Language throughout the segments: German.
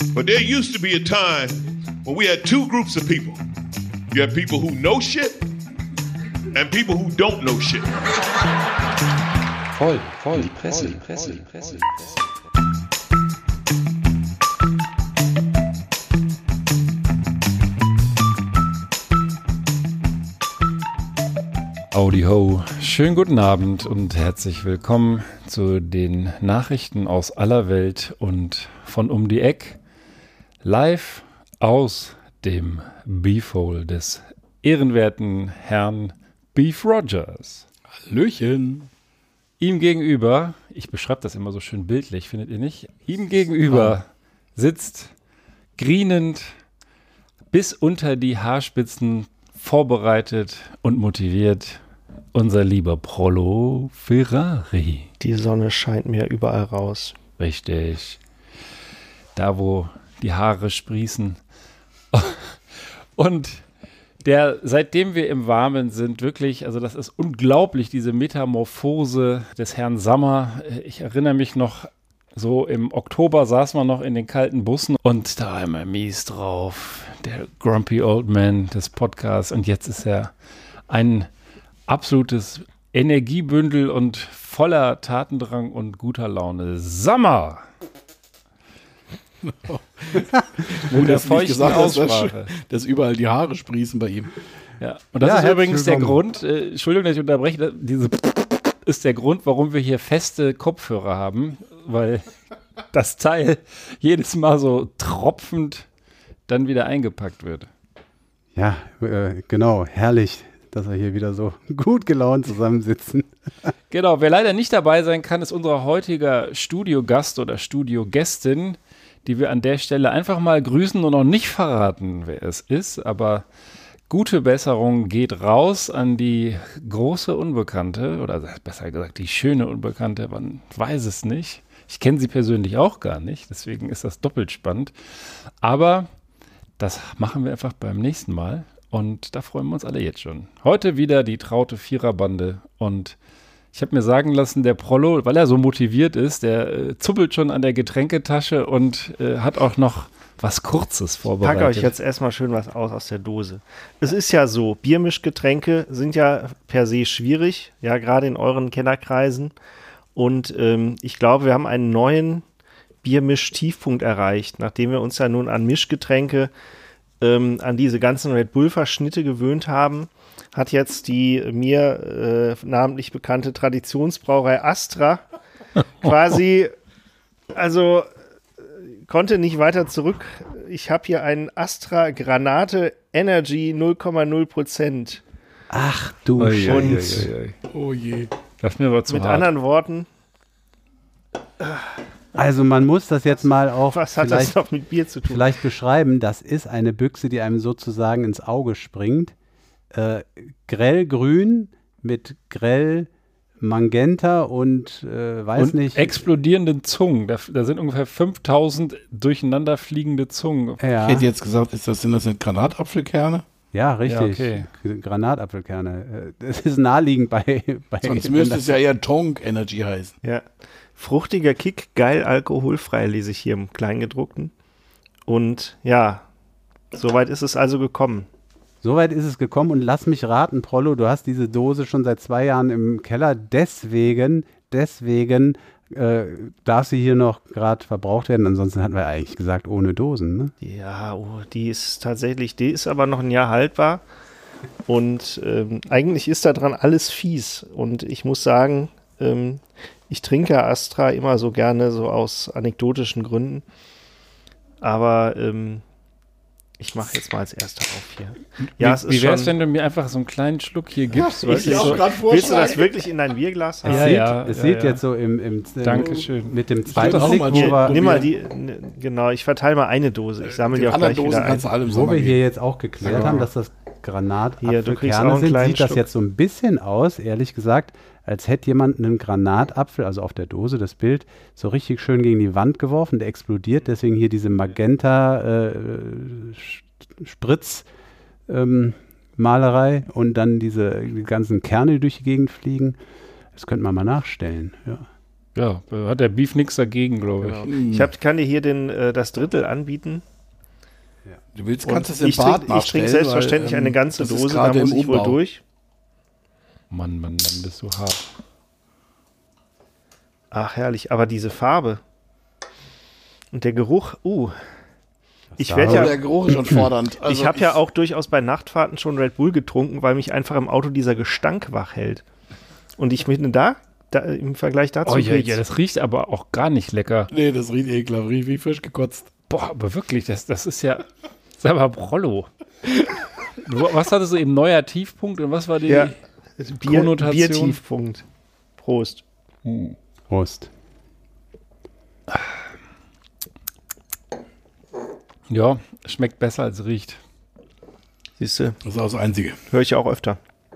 But there used to be a time when we had two groups of people. You have people who know shit and people who don't know shit. Voll, die Presse. Howdy ho, schönen guten Abend und herzlich willkommen zu den Nachrichten aus aller Welt und von um die Eck. Live aus dem Beefhole des ehrenwerten Herrn Beef Rogers. Hallöchen. Ihm gegenüber, ich beschreibe das immer so schön bildlich, findet ihr nicht? Ihm gegenüber sitzt grinend bis unter die Haarspitzen vorbereitet und motiviert unser lieber Prolo Ferrari. Die Sonne scheint mir überall raus. Richtig. Da, wo die Haare sprießen. Und der, seitdem wir im Warmen sind, wirklich, also das ist unglaublich, diese Metamorphose des Herrn Sammer. Ich erinnere mich noch, so im Oktober saß man noch in den kalten Bussen und da war immer mies drauf. Der Grumpy Old Man des Podcasts. Und jetzt ist er ein absolutes Energiebündel und voller Tatendrang und guter Laune. Sammer! Wo der feuchten gesagt Aussprache. Dass überall die Haare sprießen bei ihm. Ja, und das ist übrigens der Grund, Entschuldigung, dass ich unterbreche, ist der Grund, warum wir hier feste Kopfhörer haben, weil das Teil jedes Mal so tropfend dann wieder eingepackt wird. Ja, genau, herrlich, dass wir hier wieder so gut gelaunt zusammensitzen. Genau, wer leider nicht dabei sein kann, ist unser heutiger Studiogast oder Studiogästin, die wir an der Stelle einfach mal grüßen und noch nicht verraten, wer es ist, aber gute Besserung geht raus an die große Unbekannte, oder besser gesagt die schöne Unbekannte, man weiß es nicht. Ich kenne sie persönlich auch gar nicht, deswegen ist das doppelt spannend. Aber das machen wir einfach beim nächsten Mal und da freuen wir uns alle jetzt schon. Heute wieder die traute Viererbande und ich habe mir sagen lassen, der Prollo, weil er so motiviert ist, der zuppelt schon an der Getränketasche und hat auch noch was Kurzes vorbereitet. Ich packe euch jetzt erstmal schön was aus der Dose. Es ist ja so, Biermischgetränke sind ja per se schwierig, ja gerade in euren Kennerkreisen. Und ich glaube, wir haben einen neuen Biermisch-Tiefpunkt erreicht, nachdem wir uns ja nun an Mischgetränke, an diese ganzen Red Bull-Verschnitte gewöhnt haben, hat jetzt die mir namentlich bekannte Traditionsbrauerei Astra quasi, also konnte nicht weiter zurück. Ich habe hier einen Astra Granate Energy 0,0%. Ach du Scheiße. Oh je. Das ist mir aber zu mit hart. anderen Worten. Also man muss das jetzt mal auch was hat das noch mit Bier zu tun? Vielleicht beschreiben. Das ist eine Büchse, die einem sozusagen ins Auge springt. Grellgrün mit grell Magenta und und nicht. Explodierenden Zungen. Da sind ungefähr 5000 durcheinander fliegende Zungen. Ja. Ich hätte jetzt gesagt, sind das nicht Granatapfelkerne? Ja, richtig. Ja, okay. Granatapfelkerne. Das ist naheliegend bei Sonst müsste es ja eher Tonk Energy heißen. Ja. Fruchtiger Kick, geil alkoholfrei, lese ich hier im Kleingedruckten. Und ja, soweit ist es also gekommen. Soweit ist es gekommen und lass mich raten, Prollo, du hast diese Dose schon seit 2 Jahren im Keller, deswegen darf sie hier noch gerade verbraucht werden, ansonsten hatten wir eigentlich gesagt, ohne Dosen, ne? Ja, die ist aber noch ein Jahr haltbar und eigentlich ist da dran alles fies und ich muss sagen, ich trinke Astra immer so gerne, so aus anekdotischen Gründen, aber ich mache jetzt mal als erster auf hier. Ja, wie wäre es, wenn du mir einfach so einen kleinen Schluck hier gibst? Ja, willst du das wirklich in dein Bierglas haben? Es sieht jetzt so im Dankeschön. Mit dem zweiten Blick, nimm mal genau, ich verteile mal eine Dose. Ich sammle die auch gleich wieder ein. Wo wir hier jetzt auch geklärt haben, dass das Granatapfelkerne sind, sieht das jetzt so ein bisschen aus, ehrlich gesagt, als hätte jemand einen Granatapfel, also auf der Dose das Bild, so richtig schön gegen die Wand geworfen, der explodiert, deswegen hier diese Magenta Malerei und dann die ganzen Kerne, die durch die Gegend fliegen. Das könnte man mal nachstellen, ja. Ja, hat der Beef nichts dagegen, glaube ich. Genau. Kann dir hier das Drittel anbieten. Ja. Du willst, kannst es im Bad nachstellen. Ich trinke selbstverständlich eine ganze Dose, da muss ich wohl durch. Mann, bist du hart. Ach, herrlich. Aber diese Farbe und der Geruch, der Geruch ist schon fordernd. Also ich habe ja auch durchaus bei Nachtfahrten schon Red Bull getrunken, weil mich einfach im Auto dieser Gestank wach hält. Und ich finde da im Vergleich dazu. Oh ja, das riecht aber auch gar nicht lecker. Nee, das riecht ekelhaft, riecht wie frisch gekotzt. Boah, aber wirklich, das ist ja, sag mal, Prollo. Was hattest du eben, neuer Tiefpunkt und was war die Konnotation? Biertiefpunkt. Prost. Prost. Ja, schmeckt besser als riecht. Siehst du? Das ist auch das Einzige. Höre ich auch öfter.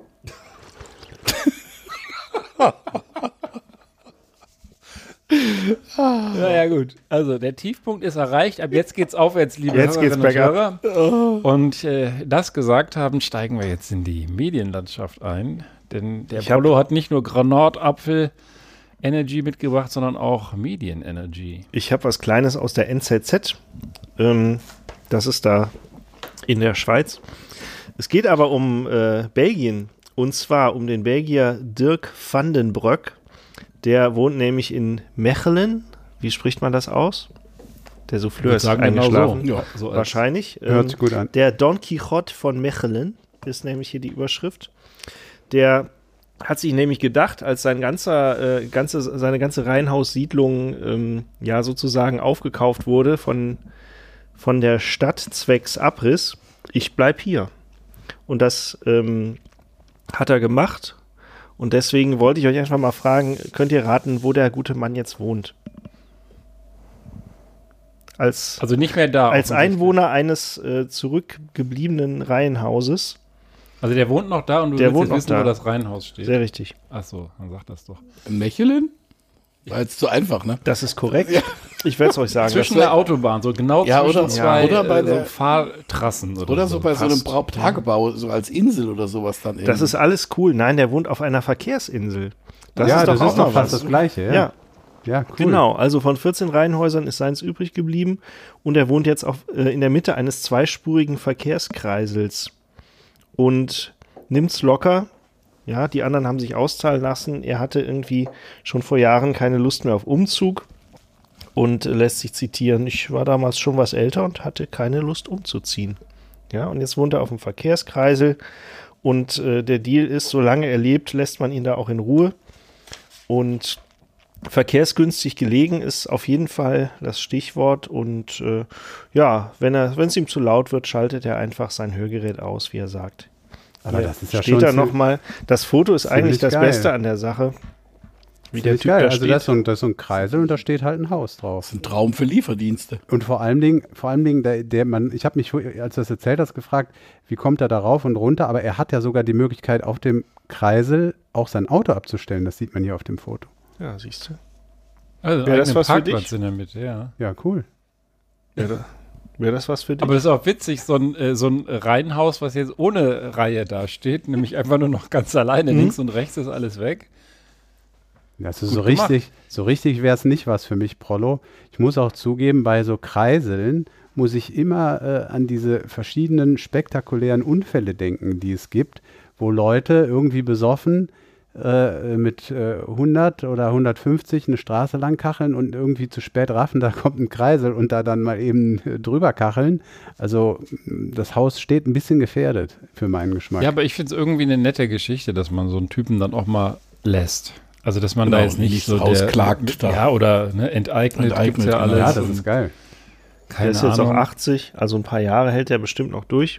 Ja, gut. Also, der Tiefpunkt ist erreicht. Ab jetzt geht's aufwärts, liebe Jetzt geht's Hörerinnen und Hörer. Und das gesagt haben, steigen wir jetzt in die Medienlandschaft ein. Denn der Prollo hat nicht nur Granatapfel Energy mitgebracht, sondern auch Medien-Energy. Ich habe was Kleines aus der NZZ. Das ist da in der Schweiz. Es geht aber um Belgien. Und zwar um den Belgier Dirk van den Broek. Der wohnt nämlich in Mechelen. Wie spricht man das aus? Der Souffleur ist eingeschlafen. Genau so. Ja, wahrscheinlich. Hört sich gut an. Der Don Quixote von Mechelen ist nämlich hier die Überschrift. Der hat sich nämlich gedacht, als seine ganze Reihenhaussiedlung sozusagen aufgekauft wurde von der Stadt zwecks Abriss, ich bleib hier. Und das hat er gemacht. Und deswegen wollte ich euch einfach mal fragen, könnt ihr raten, wo der gute Mann jetzt wohnt? Also nicht mehr da. Als Einwohner eines zurückgebliebenen Reihenhauses. Also der wohnt noch da und du willst jetzt wissen, wo das Reihenhaus steht. Sehr richtig. Ach so, dann sag das doch. In Mechelen? War jetzt zu einfach, ne? Das ist korrekt. Ja. Ich werde es euch sagen. Zwischen der Autobahn, so genau zwischen zwei oder bei der Fahrtrassen. Oder so bei so einem Tagebau, so als Insel oder sowas dann eben. Das ist alles cool. Nein, der wohnt auf einer Verkehrsinsel. Das ist doch fast das Gleiche, Ja, cool. Genau, also von 14 Reihenhäusern ist seins übrig geblieben und er wohnt jetzt in der Mitte eines zweispurigen Verkehrskreisels und nimmt's locker. Ja, die anderen haben sich auszahlen lassen. Er hatte irgendwie schon vor Jahren keine Lust mehr auf Umzug und lässt sich zitieren, ich war damals schon was älter und hatte keine Lust umzuziehen. Ja, und jetzt wohnt er auf dem Verkehrskreisel und der Deal ist, solange er lebt, lässt man ihn da auch in Ruhe. Und verkehrsgünstig gelegen ist auf jeden Fall das Stichwort und wenn es ihm zu laut wird, schaltet er einfach sein Hörgerät aus, wie er sagt. Aber das ist ja steht schon da nochmal, das Foto ist eigentlich das geil. Beste an der Sache. Wie der Typ geil. da Also steht. das ist so ein Kreisel und da steht halt ein Haus drauf. Das ist ein Traum für Lieferdienste. Und vor allen Dingen, ich habe mich, als du das erzählt hast, gefragt, wie kommt er da rauf und runter, aber er hat ja sogar die Möglichkeit, auf dem Kreisel auch sein Auto abzustellen. Das sieht man hier auf dem Foto. Ja, siehst du. Also Wäre das was für Parkplatz dich? in der Mitte, ja. Ja, cool. Wäre das was für dich? Aber das ist auch witzig, so ein Reihenhaus, was jetzt ohne Reihe da steht, nämlich einfach nur noch ganz alleine, links und rechts ist alles weg. Das ist so richtig wäre es nicht was für mich, Prollo. Ich muss auch zugeben, bei so Kreiseln muss ich immer an diese verschiedenen spektakulären Unfälle denken, die es gibt, wo Leute irgendwie besoffen mit 100 oder 150 eine Straße lang kacheln und irgendwie zu spät raffen, da kommt ein Kreisel und da dann mal eben drüber kacheln. Also das Haus steht ein bisschen gefährdet für meinen Geschmack. Ja, aber ich finde es irgendwie eine nette Geschichte, dass man so einen Typen dann auch mal lässt. Also dass man da jetzt nicht so rausklagt. Ja, oder enteignet gibt's ja alles. Ja, das ist geil. Der ist jetzt auch 80, also ein paar Jahre hält er bestimmt noch durch.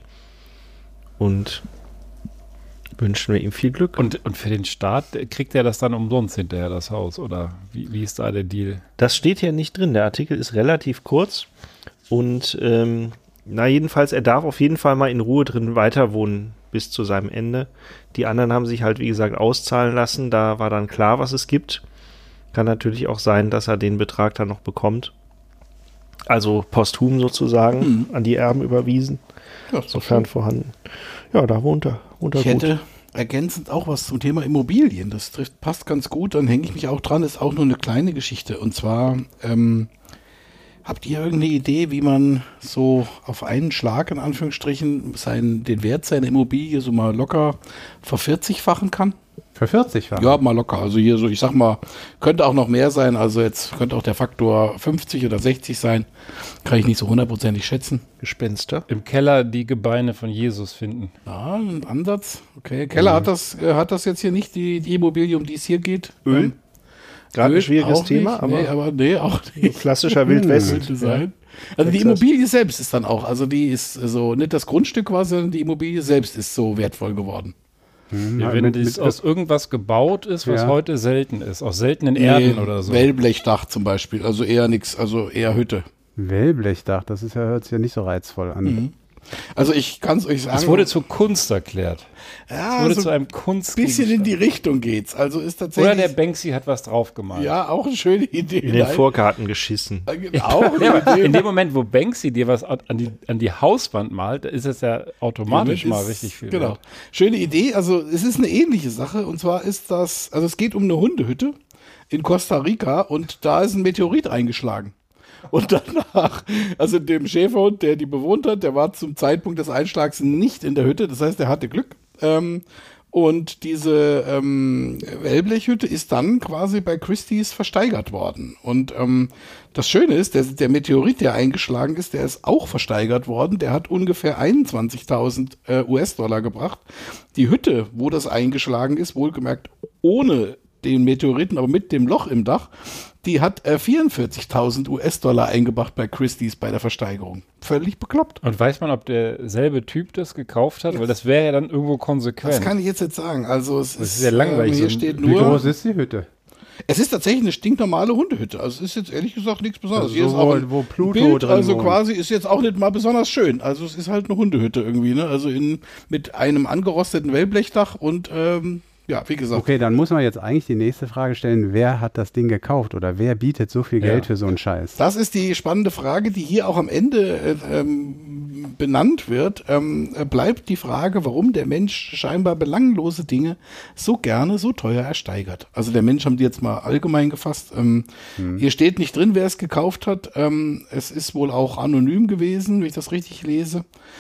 Und wünschen wir ihm viel Glück. Und für den Staat kriegt er das dann umsonst hinterher, das Haus, oder wie ist da der Deal? Das steht hier nicht drin. Der Artikel ist relativ kurz und jedenfalls, er darf auf jeden Fall mal in Ruhe drin weiter wohnen bis zu seinem Ende. Die anderen haben sich halt, wie gesagt, auszahlen lassen. Da war dann klar, was es gibt. Kann natürlich auch sein, dass er den Betrag dann noch bekommt. Also posthum sozusagen an die Erben überwiesen. Ja, sofern vorhanden. Ja, da wohnt er. Ich hätte ergänzend auch was zum Thema Immobilien. Das passt ganz gut, dann hänge ich mich auch dran. Ist auch nur eine kleine Geschichte. Und zwar, habt ihr irgendeine Idee, wie man so auf einen Schlag, in Anführungsstrichen, den Wert seiner Immobilie so mal locker ver-40-fachen kann? Ver-40-fachen? Ja, mal locker. Also hier so, ich sag mal, könnte auch noch mehr sein. Also jetzt könnte auch der Faktor 50 oder 60 sein. Kann ich nicht so hundertprozentig schätzen. Gespenster. Im Keller die Gebeine von Jesus finden. Ja, ein Ansatz. Okay, Keller hat das jetzt hier nicht, die Immobilie, um die es hier geht. Öl? Gerade ein schwieriges Thema, nicht, aber auch nicht. Klassischer Wildwest. Sein. Also die Immobilie selbst ist dann auch, also die ist so, nicht das Grundstück quasi, sondern die Immobilie selbst ist so wertvoll geworden. Ja, wenn es aus irgendwas gebaut ist, was heute selten ist, aus seltenen Erden oder so. Wellblechdach zum Beispiel, also eher nichts, also eher Hütte. Wellblechdach, das ist hört sich ja nicht so reizvoll an. Mhm. Also ich kann es euch sagen. Es wurde zur Kunst erklärt. Ja, es wurde so zu einem Kunst. Ein bisschen in die Richtung geht's. Also ist tatsächlich. Oder der Banksy hat was drauf gemalt. Ja, auch eine schöne Idee. In den Vorgarten geschissen. Auch in dem Moment, wo Banksy dir was an die Hauswand malt, ist es ja automatisch mal richtig viel. Genau. Wert. Schöne Idee. Also es ist eine ähnliche Sache. Und zwar ist das, also es geht um eine Hundehütte in Costa Rica und da ist ein Meteorit eingeschlagen. Und danach, also dem Schäferhund, der die bewohnt hat, der war zum Zeitpunkt des Einschlags nicht in der Hütte. Das heißt, er hatte Glück. Und diese Wellblechhütte ist dann quasi bei Christie's versteigert worden. Und das Schöne ist, der Meteorit, der eingeschlagen ist, der ist auch versteigert worden. Der hat ungefähr 21.000 US-Dollar gebracht. Die Hütte, wo das eingeschlagen ist, wohlgemerkt ohne den Meteoriten, aber mit dem Loch im Dach, die hat 44.000 US-Dollar eingebracht bei Christie's bei der Versteigerung. Völlig bekloppt. Und weiß man, ob derselbe Typ das gekauft hat? Weil das wäre ja dann irgendwo konsequent. Das kann ich jetzt nicht sagen. Also es ist sehr langweilig. Hier steht nur, wie groß ist die Hütte? Es ist tatsächlich eine stinknormale Hundehütte. Also es ist jetzt ehrlich gesagt nichts Besonderes. Also hier ist auch wo Pluto Bild, drin also wohnt. quasi ist jetzt auch nicht mal besonders schön. Also es ist halt eine Hundehütte irgendwie, ne? Also mit einem angerosteten Wellblechdach und ja, wie gesagt. Okay, dann muss man jetzt eigentlich die nächste Frage stellen, wer hat das Ding gekauft oder wer bietet so viel Geld für so einen Scheiß? Das ist die spannende Frage, die hier auch am Ende benannt wird. Bleibt die Frage, warum der Mensch scheinbar belanglose Dinge so gerne so teuer ersteigert. Also der Mensch haben die jetzt mal allgemein gefasst. Hier steht nicht drin, wer es gekauft hat. Es ist wohl auch anonym gewesen, wenn ich das richtig lese.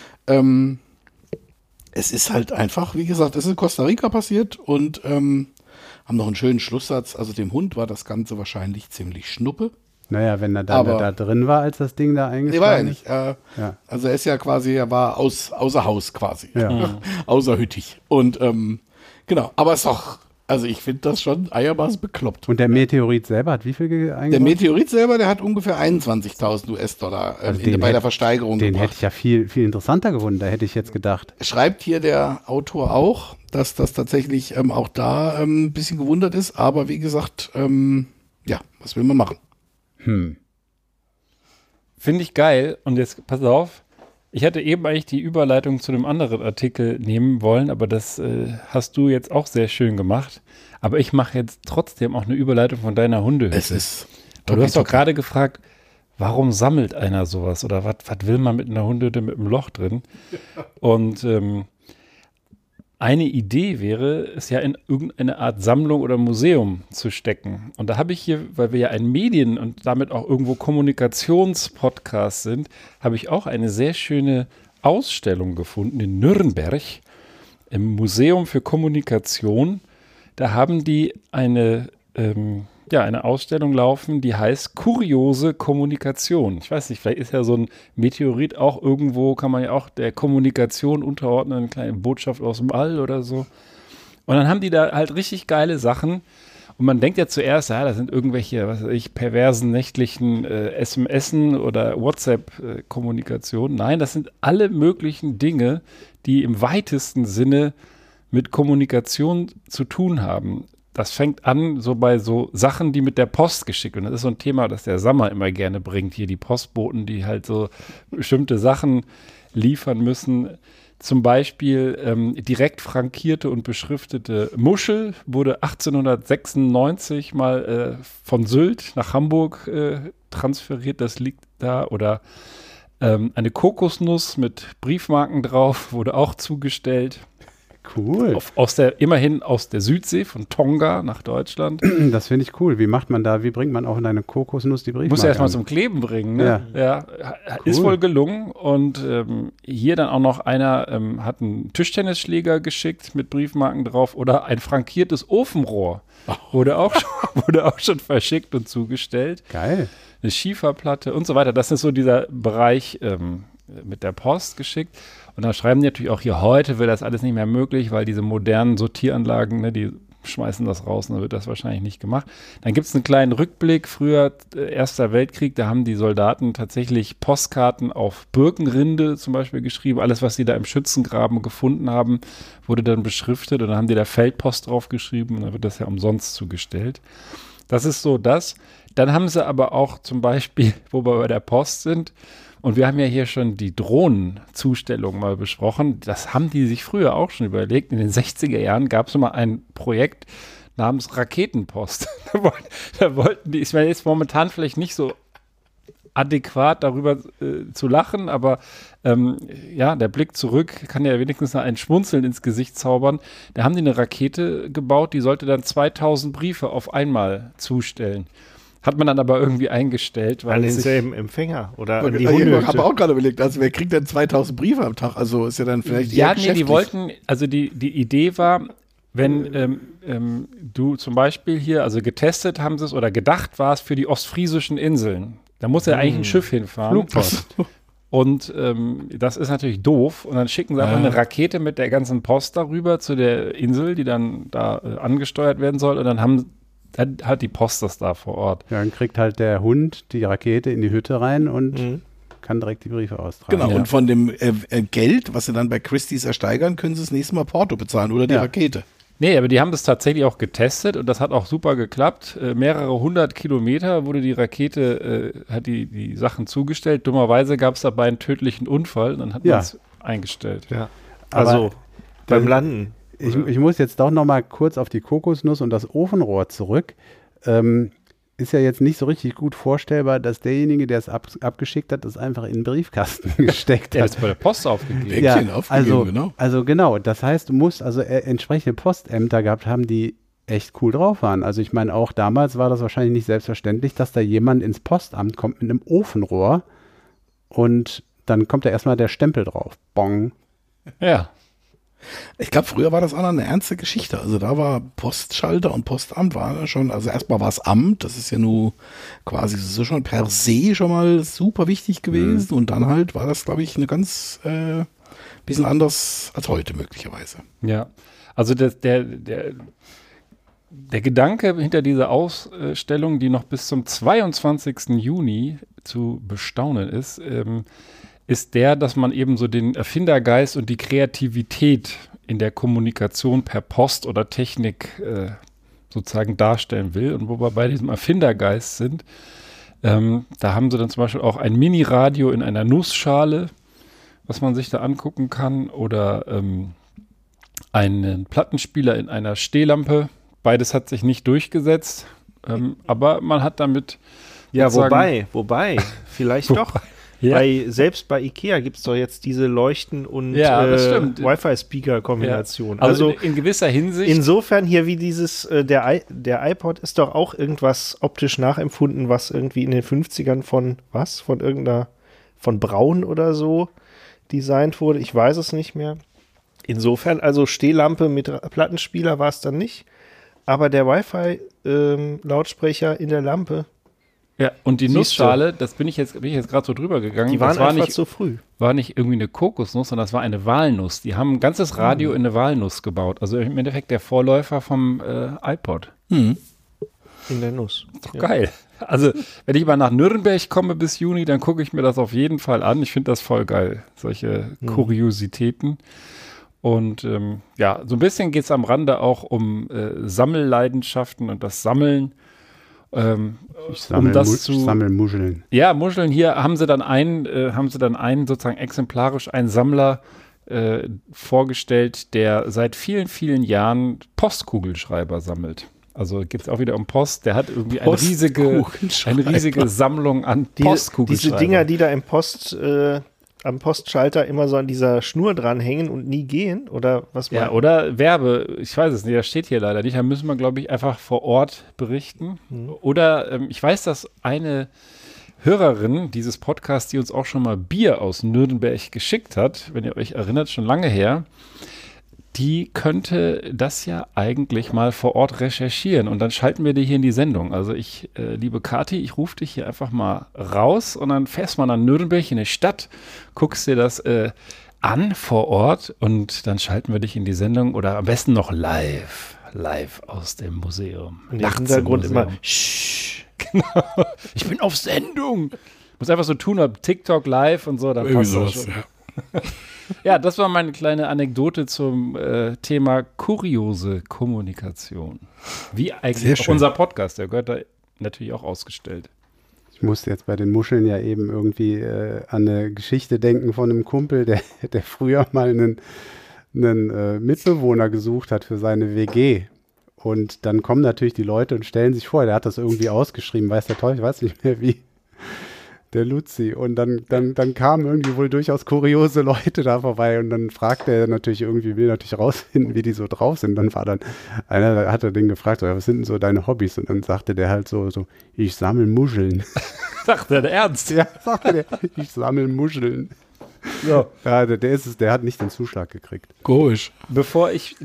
Es ist halt einfach, wie gesagt, es ist in Costa Rica passiert und haben noch einen schönen Schlusssatz. Also dem Hund war das Ganze wahrscheinlich ziemlich schnuppe. Naja, wenn er da drin war, als das Ding da eingeschlagen war er nicht. Also er ist ja quasi, er war außer Haus quasi. Ja. Außerhüttig. Und genau, aber es ist doch, also ich finde das schon eiermaßen bekloppt. Und der Meteorit selber hat wie viel eingebracht? Der Meteorit selber, der hat ungefähr 21.000 US-Dollar bei der Versteigerung gebracht. Den gebracht. hätte ich ja viel, viel interessanter gefunden, da hätte ich jetzt gedacht. Schreibt hier der Autor auch, dass das tatsächlich auch da ein bisschen gewundert ist. Aber wie gesagt, ja, was will man machen? Finde ich geil. Und jetzt, pass auf, ich hatte eben eigentlich die Überleitung zu einem anderen Artikel nehmen wollen, aber das hast du jetzt auch sehr schön gemacht. Aber ich mache jetzt trotzdem auch eine Überleitung von deiner Hundehütte. Es ist du hast doch gerade gefragt, warum sammelt einer sowas? Oder was will man mit einer Hundehütte mit einem Loch drin? Und eine Idee wäre, es ja in irgendeine Art Sammlung oder Museum zu stecken. Und da habe ich hier, weil wir ja ein Medien- und damit auch irgendwo Kommunikationspodcast sind, habe ich auch eine sehr schöne Ausstellung gefunden in Nürnberg im Museum für Kommunikation. Da haben die eine Ausstellung laufen, die heißt Kuriose Kommunikation. Ich weiß nicht, vielleicht ist ja so ein Meteorit auch irgendwo, kann man ja auch der Kommunikation unterordnen, eine kleine Botschaft aus dem All oder so. Und dann haben die da halt richtig geile Sachen. Und man denkt ja zuerst, ja, das sind irgendwelche, was weiß ich, perversen nächtlichen SMSen oder WhatsApp-Kommunikation. Nein, das sind alle möglichen Dinge, die im weitesten Sinne mit Kommunikation zu tun haben. Das fängt an so bei so Sachen, die mit der Post geschickt werden. Das ist so ein Thema, das der Sammer immer gerne bringt. Hier die Postboten, die halt so bestimmte Sachen liefern müssen. Zum Beispiel direkt frankierte und beschriftete Muschel wurde 1896 mal von Sylt nach Hamburg transferiert. Das liegt da. Oder eine Kokosnuss mit Briefmarken drauf wurde auch zugestellt. Cool. Immerhin aus der Südsee, von Tonga nach Deutschland. Das finde ich cool. Wie bringt man auch in eine Kokosnuss die Briefmarke? Muss ja erstmal zum Kleben bringen, ne? Ja. Cool. Ist wohl gelungen. Und hier dann auch noch einer hat einen Tischtennisschläger geschickt mit Briefmarken drauf oder ein frankiertes Ofenrohr. Wurde auch schon verschickt und zugestellt. Geil. Eine Schieferplatte und so weiter. Das ist so dieser Bereich mit der Post geschickt. Und da schreiben die natürlich auch hier, heute wird das alles nicht mehr möglich, weil diese modernen Sortieranlagen, ne, die schmeißen das raus, dann wird das wahrscheinlich nicht gemacht. Dann gibt es einen kleinen Rückblick, früher Erster Weltkrieg, da haben die Soldaten tatsächlich Postkarten auf Birkenrinde zum Beispiel geschrieben. Alles, was sie da im Schützengraben gefunden haben, wurde dann beschriftet und dann haben die da Feldpost drauf geschrieben und dann wird das ja umsonst zugestellt. Das ist so das. Dann haben sie aber auch zum Beispiel, wo wir bei der Post sind, und wir haben ja hier schon die Drohnenzustellung mal besprochen. Das haben die sich früher auch schon überlegt. In den 60er Jahren gab es mal ein Projekt namens Raketenpost. Da wollten die, ich meine, jetzt momentan vielleicht nicht so adäquat darüber zu lachen, aber der Blick zurück kann ja wenigstens ein Schmunzeln ins Gesicht zaubern. Da haben die eine Rakete gebaut, die sollte dann 2000 Briefe auf einmal zustellen. Hat man dann aber irgendwie eingestellt. Weil an denselben Empfänger oder an die Hunde. Ich habe auch gerade überlegt, also wer kriegt denn 2000 Briefe am Tag? Also ist ja dann vielleicht eher die wollten, also die Idee war, wenn du zum Beispiel hier, also getestet haben sie es oder gedacht war es für die ostfriesischen Inseln. Da muss ja eigentlich ein Schiff hinfahren. Flugpost. Und das ist natürlich doof. Und dann schicken sie einfach eine Rakete mit der ganzen Post darüber zu der Insel, die dann da angesteuert werden soll. Und dann hat die Post das da vor Ort. Ja, dann kriegt halt der Hund die Rakete in die Hütte rein und kann direkt die Briefe austragen. Genau, und von dem Geld, was sie dann bei Christie's ersteigern, können sie das nächste Mal Porto bezahlen oder die Rakete. Nee, aber die haben das tatsächlich auch getestet und das hat auch super geklappt. Mehrere 100 Kilometer wurde die Rakete, hat die Sachen zugestellt. Dummerweise gab es dabei einen tödlichen Unfall und dann hat man es eingestellt. Ja. Also beim Landen. Ich muss jetzt doch noch mal kurz auf die Kokosnuss und das Ofenrohr zurück. Ist ja jetzt nicht so richtig gut vorstellbar, dass derjenige, der es abgeschickt hat, das einfach in den Briefkasten gesteckt hat. Er hat es bei der Post aufgegeben. Ja, also genau. Das heißt, du musst entsprechende Postämter gehabt haben, die echt cool drauf waren. Also ich meine, auch damals war das wahrscheinlich nicht selbstverständlich, dass da jemand ins Postamt kommt mit einem Ofenrohr und dann kommt da erstmal der Stempel drauf. Bong. Ja. Ich glaube, früher war das auch noch eine ernste Geschichte. Also da war Postschalter und Postamt war schon, also erstmal war es Amt, das ist ja nur quasi so schon per se schon mal super wichtig gewesen und dann halt war das, glaube ich, eine ganz bisschen anders als heute möglicherweise. Ja, also der Gedanke hinter dieser Ausstellung, die noch bis zum 22. Juni zu bestaunen ist, ist der, dass man eben so den Erfindergeist und die Kreativität in der Kommunikation per Post oder Technik sozusagen darstellen will. Und wo wir bei diesem Erfindergeist sind, da haben sie dann zum Beispiel auch ein Mini-Radio in einer Nussschale, was man sich da angucken kann, oder einen Plattenspieler in einer Stehlampe. Beides hat sich nicht durchgesetzt, aber man hat damit wobei, vielleicht doch. Ja. Selbst bei Ikea gibt es doch jetzt diese Leuchten- und Wi-Fi-Speaker-Kombination. Ja. Also in gewisser Hinsicht. Insofern hier wie dieses, der iPod ist doch auch irgendwas optisch nachempfunden, was irgendwie in den 50ern von Braun oder so designt wurde. Ich weiß es nicht mehr. Insofern, also Stehlampe mit Plattenspieler war es dann nicht. Aber der Wi-Fi-Lautsprecher in der Lampe. Ja, und die Nussschale, das bin ich jetzt gerade so drüber gegangen. Die waren einfach zu früh. War nicht irgendwie eine Kokosnuss, sondern das war eine Walnuss. Die haben ein ganzes Radio in eine Walnuss gebaut. Also im Endeffekt der Vorläufer vom iPod. In der Nuss. Ist doch geil. Also wenn ich mal nach Nürnberg komme bis Juni, dann gucke ich mir das auf jeden Fall an. Ich finde das voll geil, solche Kuriositäten. Und so ein bisschen geht es am Rande auch um Sammelleidenschaften und das Sammeln. Ich sammle Muscheln. Ja, Muscheln. Hier haben sie dann einen sozusagen exemplarisch einen Sammler vorgestellt, der seit vielen, vielen Jahren Postkugelschreiber sammelt. Also geht es auch wieder um Post. Der hat irgendwie eine riesige Sammlung an Postkugelschreiber. Diese Dinger, die da im am Postschalter immer so an dieser Schnur dranhängen und nie gehen? Oder was? Ja, oder ich weiß es nicht, das steht hier leider nicht. Da müssen wir, glaube ich, einfach vor Ort berichten. Oder ich weiß, dass eine Hörerin dieses Podcasts, die uns auch schon mal Bier aus Nürnberg geschickt hat, wenn ihr euch erinnert, schon lange her, die könnte das ja eigentlich mal vor Ort recherchieren und dann schalten wir die hier in die Sendung. Also liebe Kathi, ich rufe dich hier einfach mal raus und dann fährst mal nach Nürnberg in die Stadt, guckst dir das an vor Ort und dann schalten wir dich in die Sendung oder am besten noch live aus dem Museum. Und im Hintergrund immer Genau. Ich bin auf Sendung. Muss einfach so tun, ob TikTok live und so, dann passt das schon. Ja. Ja, das war meine kleine Anekdote zum Thema kuriose Kommunikation. Wie eigentlich auch unser Podcast, der gehört da natürlich auch ausgestellt. Ich musste jetzt bei den Muscheln ja eben irgendwie an eine Geschichte denken von einem Kumpel, der früher mal einen Mitbewohner gesucht hat für seine WG. Und dann kommen natürlich die Leute und stellen sich vor, der hat das irgendwie ausgeschrieben, weiß der Teufel, ich weiß nicht mehr wie. Der Luzi. Und dann kamen irgendwie wohl durchaus kuriose Leute da vorbei und dann fragte er natürlich irgendwie, will natürlich rausfinden, wie die so drauf sind. Dann war dann einer, hat er den gefragt, so, was sind denn so deine Hobbys? Und dann sagte der halt so ich sammle Muscheln. Sagt der Ernst? Ja, sagte der, ich sammle Muscheln. So. Ja, der hat nicht den Zuschlag gekriegt. Komisch. Bevor ich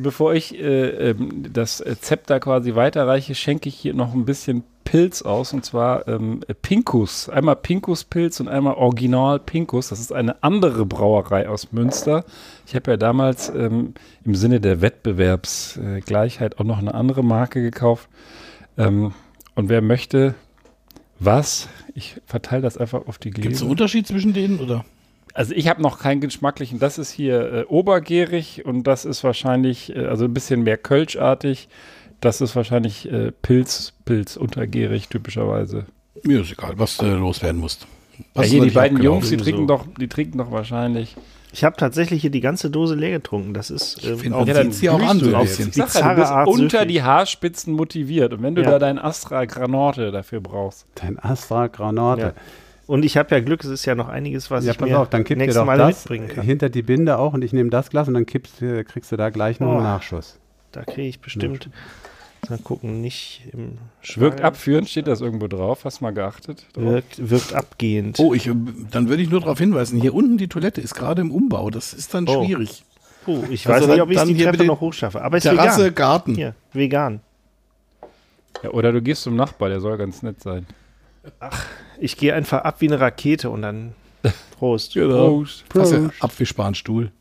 das Zepter quasi weiterreiche, schenke ich hier noch ein bisschen Pilz aus, und zwar Pinkus. Einmal Pinkus-Pilz und einmal Original Pinkus. Das ist eine andere Brauerei aus Münster. Ich habe ja damals im Sinne der Wettbewerbsgleichheit auch noch eine andere Marke gekauft. Und wer möchte was? Ich verteile das einfach auf die Gläser. Gibt es einen Unterschied zwischen denen, oder? Also ich habe noch keinen geschmacklichen. Das ist hier obergärig und das ist wahrscheinlich, also ein bisschen mehr Kölschartig. Das ist wahrscheinlich Pilz untergärig typischerweise. Mir ist egal, was du loswerden musst. Ja, hier die beiden Jungs, die trinken doch wahrscheinlich. Ich habe tatsächlich hier die ganze Dose leer getrunken. Das ist dann sie auch an, so ein bisschen. Ich sag, du bist unter die Haarspitzen motiviert. Und wenn du da dein Astra Granate dafür brauchst. Dein Astra Granate. Ja. Und ich habe ja Glück, es ist ja noch einiges, was ich mir auf, dann nächstes dir Mal das mitbringen kann. Hinter die Binde auch und ich nehme das Glas und dann kriegst du da gleich noch einen Nachschuss. Da kriege ich bestimmt, mal gucken, nicht im Schwall. Wirkt abführend, steht das irgendwo drauf? Hast du mal geachtet? Wirkt abgehend. Oh, dann würde ich nur darauf hinweisen, hier unten die Toilette ist gerade im Umbau, das ist dann schwierig. Ich weiß nicht, ob ich die Treppe noch hochschaffe, aber es ist Terrasse, vegan. Garten. Hier, vegan. Ja, oder du gehst zum Nachbar, der soll ganz nett sein. Ach, ich gehe einfach ab wie eine Rakete und dann Prost. Genau. Prost. Abwischbaren Stuhl.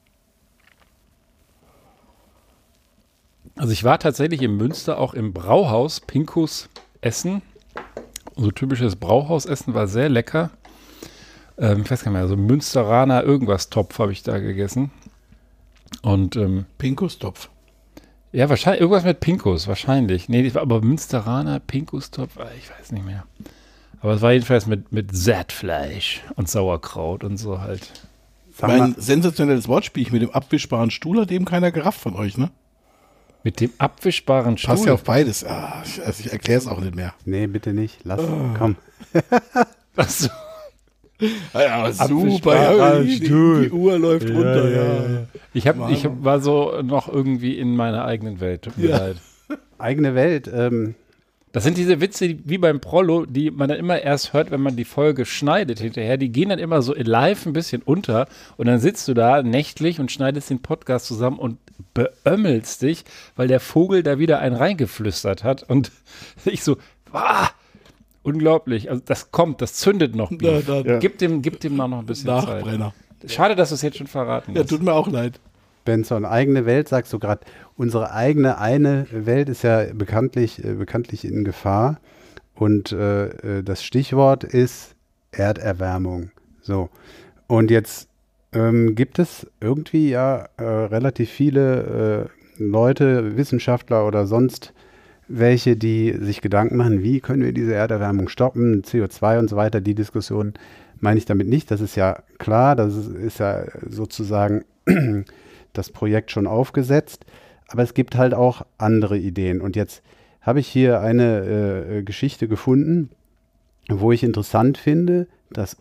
Also ich war tatsächlich in Münster auch im Brauhaus Pinkus essen. So typisches Brauhausessen, war sehr lecker. Ich weiß gar nicht mehr, so Münsteraner irgendwas-Topf habe ich da gegessen. Und Pinkus-Topf. Ja, wahrscheinlich, irgendwas mit Pinkus, wahrscheinlich. Nee, das war aber Münsteraner, Pinkus-Topf, ich weiß nicht mehr. Aber es war jedenfalls mit Sattfleisch und Sauerkraut und so halt. Mein sensationelles Wortspiel mit dem abwischbaren Stuhl hat eben keiner gerafft von euch, ne? Mit dem abwischbaren Stuhl? Passt ja auf beides. Ich erkläre es auch nicht mehr. Nee, bitte nicht. Lass, komm. Achso. Ja, super. Die Uhr läuft runter, ja. Ich war so noch irgendwie in meiner eigenen Welt. Tut mir leid. Eigene Welt. Das sind diese Witze wie beim Prollo, die man dann immer erst hört, wenn man die Folge schneidet hinterher. Die gehen dann immer so live ein bisschen unter und dann sitzt du da nächtlich und schneidest den Podcast zusammen und beömmelst dich, weil der Vogel da wieder einen reingeflüstert hat. Und ich so, unglaublich. Also das zündet noch. Gib dem noch ein bisschen Nachbrenner. Zeit. Schade, dass du es jetzt schon verraten hast. Ja, tut mir auch leid. Benson, eigene Welt, sagst du gerade. Unsere eine Welt ist ja bekanntlich in Gefahr. Und das Stichwort ist Erderwärmung. So. Und jetzt gibt es irgendwie relativ viele Leute, Wissenschaftler oder sonst welche, die sich Gedanken machen, wie können wir diese Erderwärmung stoppen, CO2 und so weiter. Die Diskussion meine ich damit nicht. Das ist ja klar, das ist ja sozusagen das Projekt schon aufgesetzt. Aber es gibt halt auch andere Ideen. Und jetzt habe ich hier eine Geschichte gefunden, wo ich interessant finde, dass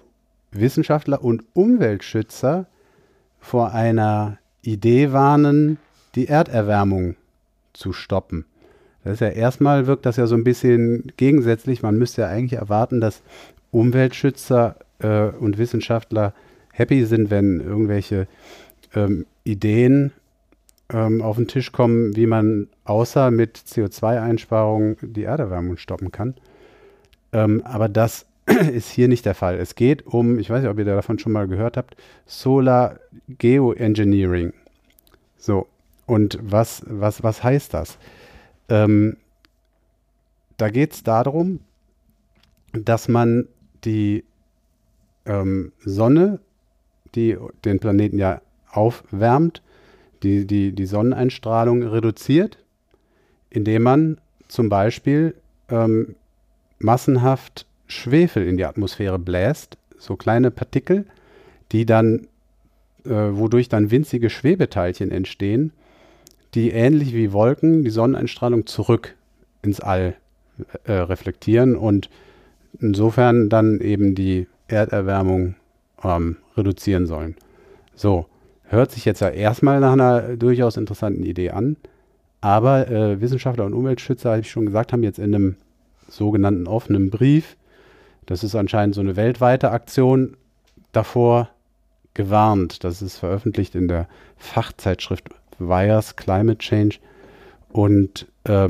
Wissenschaftler und Umweltschützer vor einer Idee warnen, die Erderwärmung zu stoppen. Das ist ja erstmal, wirkt das ja so ein bisschen gegensätzlich. Man müsste ja eigentlich erwarten, dass Umweltschützer und Wissenschaftler happy sind, wenn irgendwelche Ideen auf den Tisch kommen, wie man außer mit CO2-Einsparungen die Erderwärmung stoppen kann. Aber das ist hier nicht der Fall. Es geht um, ich weiß nicht, ob ihr davon schon mal gehört habt, Solar Geoengineering. So, und was heißt das? Da geht es darum, dass man die Sonne, die den Planeten ja aufwärmt, die Sonneneinstrahlung reduziert, indem man zum Beispiel massenhaft Schwefel in die Atmosphäre bläst, so kleine Partikel, die dann, wodurch dann winzige Schwebeteilchen entstehen, die ähnlich wie Wolken die Sonneneinstrahlung zurück ins All reflektieren und insofern dann eben die Erderwärmung reduzieren sollen. So, hört sich jetzt ja erstmal nach einer durchaus interessanten Idee an, aber Wissenschaftler und Umweltschützer, habe ich schon gesagt, haben jetzt in einem sogenannten offenen Brief, das ist anscheinend so eine weltweite Aktion, davor gewarnt. Das ist veröffentlicht in der Fachzeitschrift Wires Climate Change. Und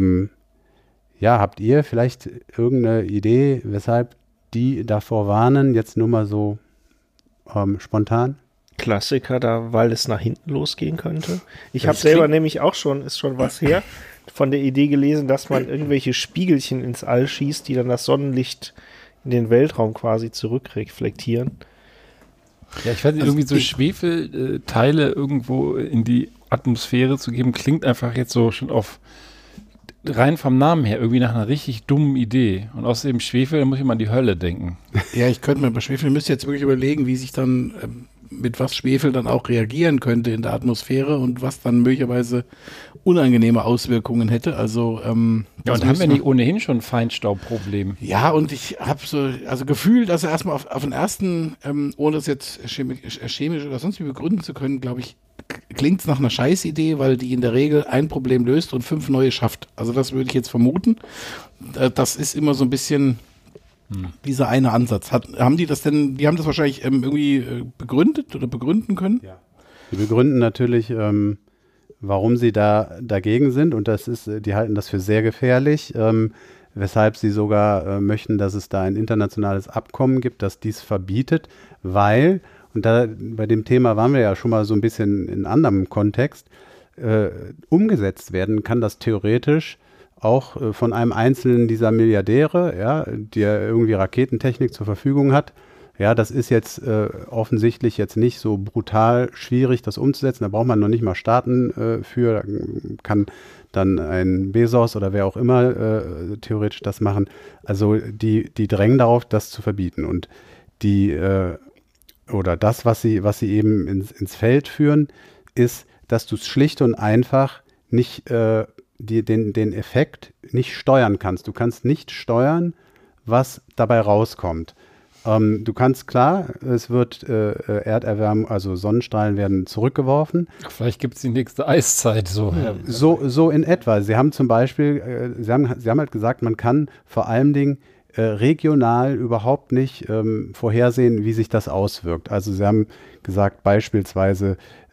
habt ihr vielleicht irgendeine Idee, weshalb die davor warnen, jetzt nur mal so spontan? Klassiker, weil es nach hinten losgehen könnte. Ich habe selber nämlich auch schon, ist schon was her, von der Idee gelesen, dass man irgendwelche Spiegelchen ins All schießt, die dann das Sonnenlicht in den Weltraum quasi zurückreflektieren. Ja, ich weiß nicht, irgendwie so Schwefelteile irgendwo in die Atmosphäre zu geben, klingt einfach jetzt so schon rein vom Namen her irgendwie nach einer richtig dummen Idee. Und außerdem Schwefel, da muss ich mal an die Hölle denken. Ja, ich könnte mir bei Schwefel, müsste jetzt wirklich überlegen, wie sich dann mit was Schwefel dann auch reagieren könnte in der Atmosphäre und was dann möglicherweise unangenehme Auswirkungen hätte. Also und haben wir nicht ohnehin schon ein Feinstaubproblem? Ja, und ich habe so gefühlt, also erstmal auf den ersten, ohne das jetzt chemisch oder sonst wie begründen zu können, glaube ich, klingt es nach einer Scheißidee, weil die in der Regel ein Problem löst und 5 neue schafft. Also das würde ich jetzt vermuten. Das ist immer so ein bisschen dieser eine Ansatz. Haben die das wahrscheinlich irgendwie begründet oder begründen können? Ja. Die begründen natürlich, warum sie dagegen sind, und die halten das für sehr gefährlich, weshalb sie sogar möchten, dass es da ein internationales Abkommen gibt, das dies verbietet, weil, und bei dem Thema waren wir ja schon mal so ein bisschen in anderem Kontext, umgesetzt werden kann das theoretisch auch von einem einzelnen dieser Milliardäre, ja, der irgendwie Raketentechnik zur Verfügung hat. Ja, das ist jetzt offensichtlich jetzt nicht so brutal schwierig, das umzusetzen. Da braucht man noch nicht mal Staaten für. Da kann dann ein Bezos oder wer auch immer theoretisch das machen. Also die drängen darauf, das zu verbieten. Und oder das, was sie eben ins Feld führen, ist, dass du es schlicht und einfach nicht den Effekt nicht steuern kannst. Du kannst nicht steuern, was dabei rauskommt. Du kannst, klar, es wird Erderwärmung, also Sonnenstrahlen werden zurückgeworfen. Vielleicht gibt es die nächste Eiszeit. So in etwa. Sie haben zum Beispiel, Sie haben halt gesagt, man kann vor allem Dingen regional überhaupt nicht vorhersehen, wie sich das auswirkt. Also Sie haben gesagt, beispielsweise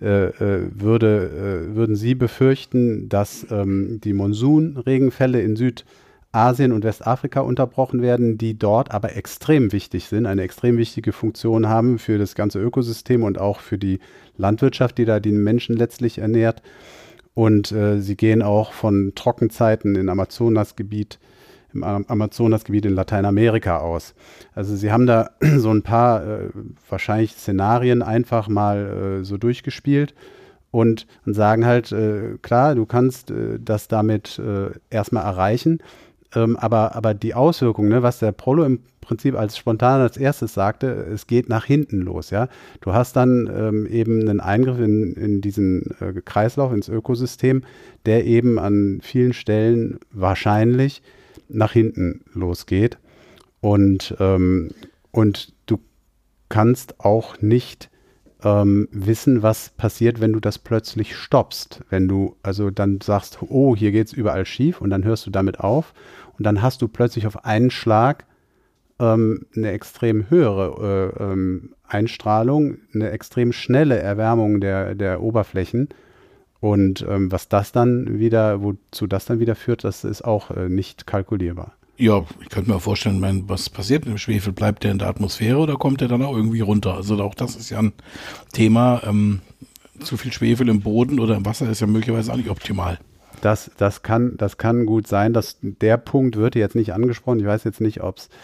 würden Sie befürchten, dass die Monsunregenfälle in Südasien und Westafrika unterbrochen werden, die dort aber extrem wichtig sind, eine extrem wichtige Funktion haben für das ganze Ökosystem und auch für die Landwirtschaft, die da die Menschen letztlich ernährt. Und Sie gehen auch von Trockenzeiten im Amazonasgebiet in Lateinamerika aus. Also Sie haben da so ein paar wahrscheinlich Szenarien einfach mal so durchgespielt und sagen halt, klar, du kannst das damit erstmal erreichen, aber die Auswirkungen, ne, was der Prollo im Prinzip als erstes sagte, es geht nach hinten los. Ja? Du hast dann eben einen Eingriff in diesen Kreislauf, ins Ökosystem, der eben an vielen Stellen wahrscheinlich nach hinten losgeht. Und du kannst auch nicht wissen, was passiert, wenn du das plötzlich stoppst. Wenn du also dann sagst, oh, hier geht es überall schief und dann hörst du damit auf und dann hast du plötzlich auf einen Schlag eine extrem höhere Einstrahlung, eine extrem schnelle Erwärmung der Oberflächen. Und wozu das dann wieder führt, das ist auch nicht kalkulierbar. Ja, ich könnte mir vorstellen, was passiert mit dem Schwefel? Bleibt der in der Atmosphäre oder kommt der dann auch irgendwie runter? Also auch das ist ja ein Thema. Zu viel Schwefel im Boden oder im Wasser ist ja möglicherweise auch nicht optimal. Das kann gut sein. Der Punkt wird jetzt nicht angesprochen. Ich weiß jetzt nicht, ob es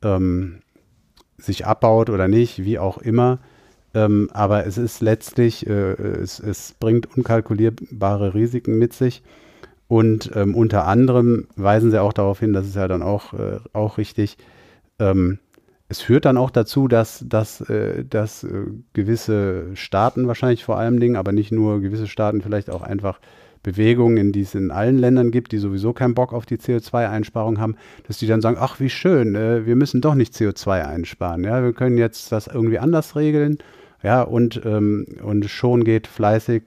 sich abbaut oder nicht, wie auch immer. Aber es ist letztlich, es bringt unkalkulierbare Risiken mit sich. Und unter anderem weisen sie auch darauf hin, das ist ja dann auch richtig, es führt dann auch dazu, dass gewisse Staaten wahrscheinlich vor allem Dingen, aber nicht nur gewisse Staaten, vielleicht auch einfach Bewegungen, die es in allen Ländern gibt, die sowieso keinen Bock auf die CO2-Einsparung haben, dass die dann sagen, ach wie schön, wir müssen doch nicht CO2 einsparen, ja, wir können jetzt das irgendwie anders regeln, ja, und schon geht fleißig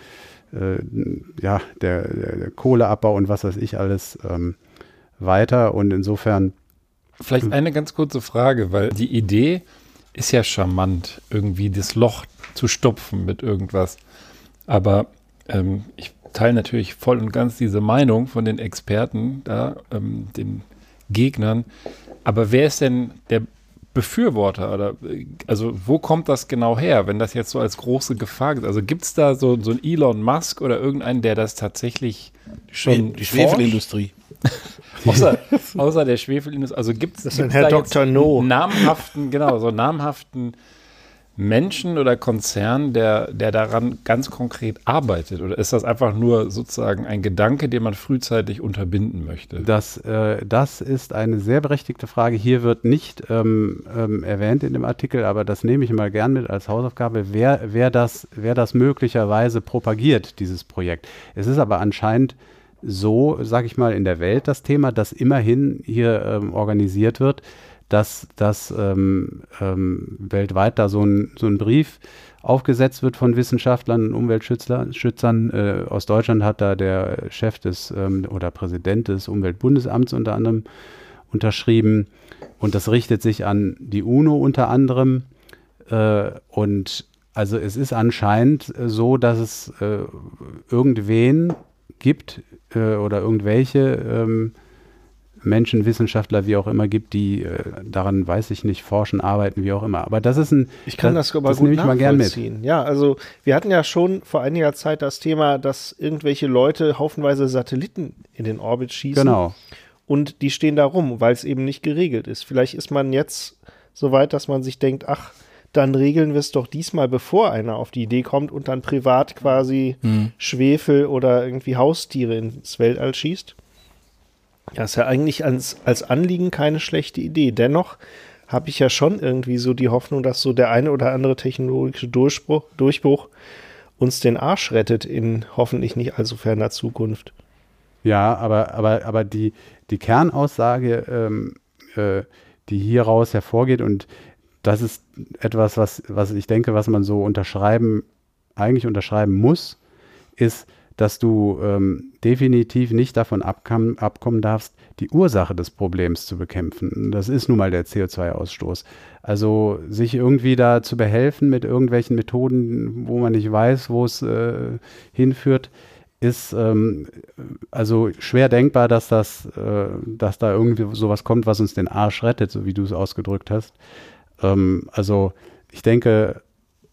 der Kohleabbau und was weiß ich alles weiter und insofern. Vielleicht eine ganz kurze Frage, weil die Idee ist ja charmant, irgendwie das Loch zu stopfen mit irgendwas. Aber ich teile natürlich voll und ganz diese Meinung von den Experten da, den Gegnern. Aber wer ist denn der Befürworter? Oder, also wo kommt das genau her, wenn das jetzt so als große Gefahr ist? Also gibt es da so einen Elon Musk oder irgendeinen, der das tatsächlich schon die Schwefelindustrie. außer der Schwefelindustrie. Also gibt es das Herr Dr. No. namhaften Menschen oder Konzern, der daran ganz konkret arbeitet? Oder ist das einfach nur sozusagen ein Gedanke, den man frühzeitig unterbinden möchte? Das ist eine sehr berechtigte Frage. Hier wird nicht erwähnt in dem Artikel, aber das nehme ich mal gern mit als Hausaufgabe, wer das möglicherweise propagiert, dieses Projekt. Es ist aber anscheinend so, sage ich mal, in der Welt das Thema, das immerhin hier organisiert wird, dass weltweit da so ein Brief aufgesetzt wird von Wissenschaftlern und Umweltschützern. Aus Deutschland hat da der Chef oder Präsident des Umweltbundesamts unter anderem unterschrieben. Und das richtet sich an die UNO unter anderem. Und also es ist anscheinend so, dass es irgendwen gibt oder irgendwelche Menschen, Wissenschaftler, wie auch immer gibt, die daran, weiß ich nicht, forschen, arbeiten, wie auch immer. Aber das ist Ich kann das aber gut nachvollziehen. Ja, also wir hatten ja schon vor einiger Zeit das Thema, dass irgendwelche Leute haufenweise Satelliten in den Orbit schießen. Genau. Und die stehen da rum, weil es eben nicht geregelt ist. Vielleicht ist man jetzt so weit, dass man sich denkt, ach, dann regeln wir es doch diesmal, bevor einer auf die Idee kommt und dann privat quasi Schwefel oder irgendwie Haustiere ins Weltall schießt. Ja, ist ja eigentlich als Anliegen keine schlechte Idee. Dennoch habe ich ja schon irgendwie so die Hoffnung, dass so der eine oder andere technologische Durchbruch uns den Arsch rettet in hoffentlich nicht allzu ferner Zukunft. Ja, aber die Kernaussage, die hieraus hervorgeht, und das ist etwas, was ich denke, was man so unterschreiben muss, ist, dass du definitiv nicht davon abkommen darfst, die Ursache des Problems zu bekämpfen. Das ist nun mal der CO2-Ausstoß. Also sich irgendwie da zu behelfen mit irgendwelchen Methoden, wo man nicht weiß, wo es hinführt, ist also schwer denkbar, dass da irgendwie sowas kommt, was uns den Arsch rettet, so wie du es ausgedrückt hast. Also ich denke,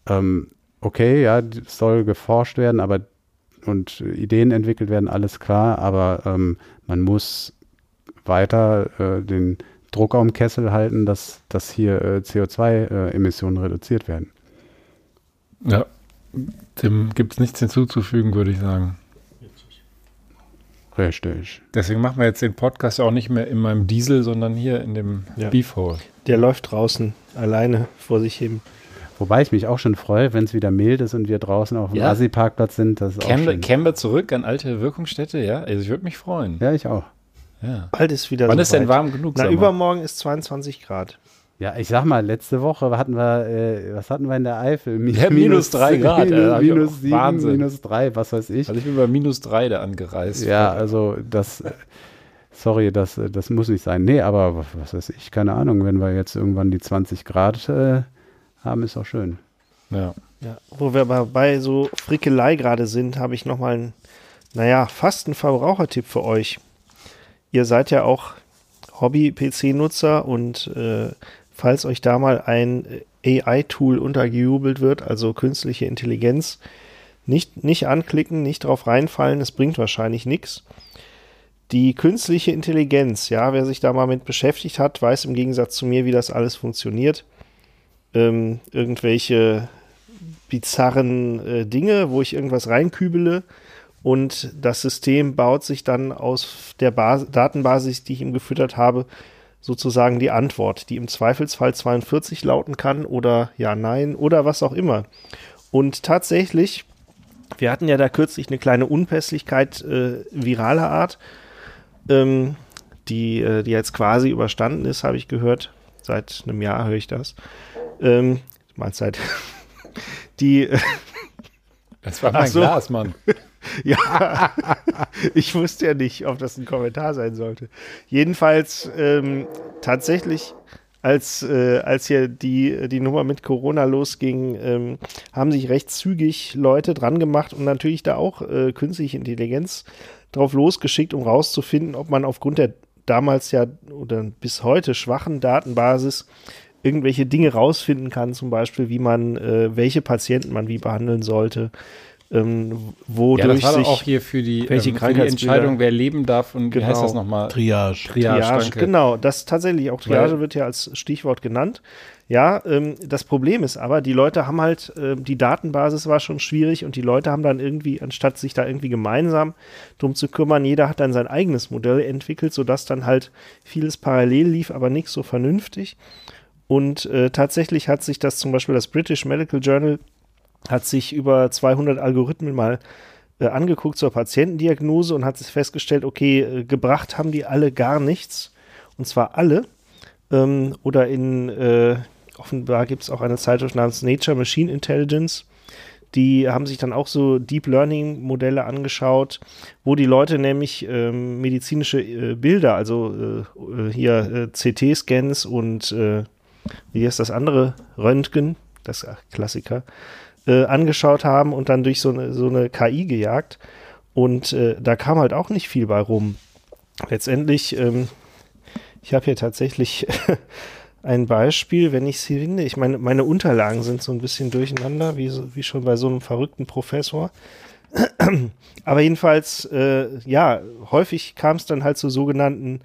okay, ja, es soll geforscht werden, und Ideen entwickelt werden, alles klar, aber man muss weiter den Druck am Kessel halten, dass hier CO2-Emissionen reduziert werden. Ja, dem gibt es nichts hinzuzufügen, würde ich sagen. Richtig. Deswegen machen wir jetzt den Podcast auch nicht mehr in meinem Diesel, sondern hier in dem Beefhole. Der läuft draußen alleine vor sich hin. Wobei ich mich auch schon freue, wenn es wieder mild ist und wir draußen auf dem Asi-Parkplatz sind. Das ist auch schön. Kämen wir zurück an alte Wirkungsstätte? Ja, also ich würde mich freuen. Ja, ich auch. Ja. Bald ist wieder Wann ist denn warm genug? Na, übermorgen ist 22 Grad. Ja, ich sag mal, letzte Woche hatten wir, was hatten wir in der Eifel? Minus 3 Grad. Minus 7, Wahnsinn. minus 3, was weiß ich. Also ich bin bei minus 3 da angereist. Ja, also das, sorry, das muss nicht sein. Nee, aber was weiß ich, keine Ahnung, wenn wir jetzt irgendwann die 20 Grad haben, ist auch schön. Ja. Wo wir aber bei so Frickelei gerade sind, habe ich nochmal fast einen Verbrauchertipp für euch. Ihr seid ja auch Hobby-PC-Nutzer und falls euch da mal ein AI-Tool untergejubelt wird, also künstliche Intelligenz, nicht anklicken, nicht drauf reinfallen, es bringt wahrscheinlich nichts. Die künstliche Intelligenz, ja, wer sich da mal mit beschäftigt hat, weiß im Gegensatz zu mir, wie das alles funktioniert. Irgendwelche bizarren Dinge, wo ich irgendwas reinkübele und das System baut sich dann aus der Datenbasis, die ich ihm gefüttert habe, sozusagen die Antwort, die im Zweifelsfall 42 lauten kann oder ja, nein oder was auch immer. Und tatsächlich, wir hatten ja da kürzlich eine kleine Unpässlichkeit viraler Art, die jetzt quasi überstanden ist, habe ich gehört. Seit einem Jahr höre ich das. Mahlzeit. Das war mein Glas, Mann. Ja, ich wusste ja nicht, ob das ein Kommentar sein sollte. Jedenfalls tatsächlich, als hier die Nummer mit Corona losging, haben sich recht zügig Leute dran gemacht und natürlich da auch künstliche Intelligenz drauf losgeschickt, um rauszufinden, ob man aufgrund der damals ja oder bis heute schwachen Datenbasis irgendwelche Dinge rausfinden kann, zum Beispiel, wie man, welche Patienten man wie behandeln sollte, wodurch das war sich auch hier für die Entscheidung, wer leben darf und wie heißt das nochmal? Triage, genau, das tatsächlich auch Triage wird ja als Stichwort genannt. Ja, das Problem ist aber, die Leute haben halt, die Datenbasis war schon schwierig und die Leute haben dann irgendwie, anstatt sich da irgendwie gemeinsam drum zu kümmern, jeder hat dann sein eigenes Modell entwickelt, sodass dann halt vieles parallel lief, aber nichts so vernünftig. Und tatsächlich hat sich das zum Beispiel, das British Medical Journal hat sich über 200 Algorithmen mal angeguckt zur Patientendiagnose und hat sich festgestellt, okay, gebracht haben die alle gar nichts. Und zwar alle. Oder offenbar gibt es auch eine Zeitschrift namens Nature Machine Intelligence. Die haben sich dann auch so Deep Learning Modelle angeschaut, wo die Leute nämlich medizinische Bilder, also hier CT-Scans und wie heißt das andere? Röntgen, das Klassiker, angeschaut haben und dann durch so eine KI gejagt. Und da kam halt auch nicht viel bei rum. Letztendlich, ich habe hier tatsächlich ein Beispiel, wenn ich sie finde. Ich meine, meine Unterlagen sind so ein bisschen durcheinander, wie schon bei so einem verrückten Professor. Aber jedenfalls, häufig kam es dann halt zu sogenannten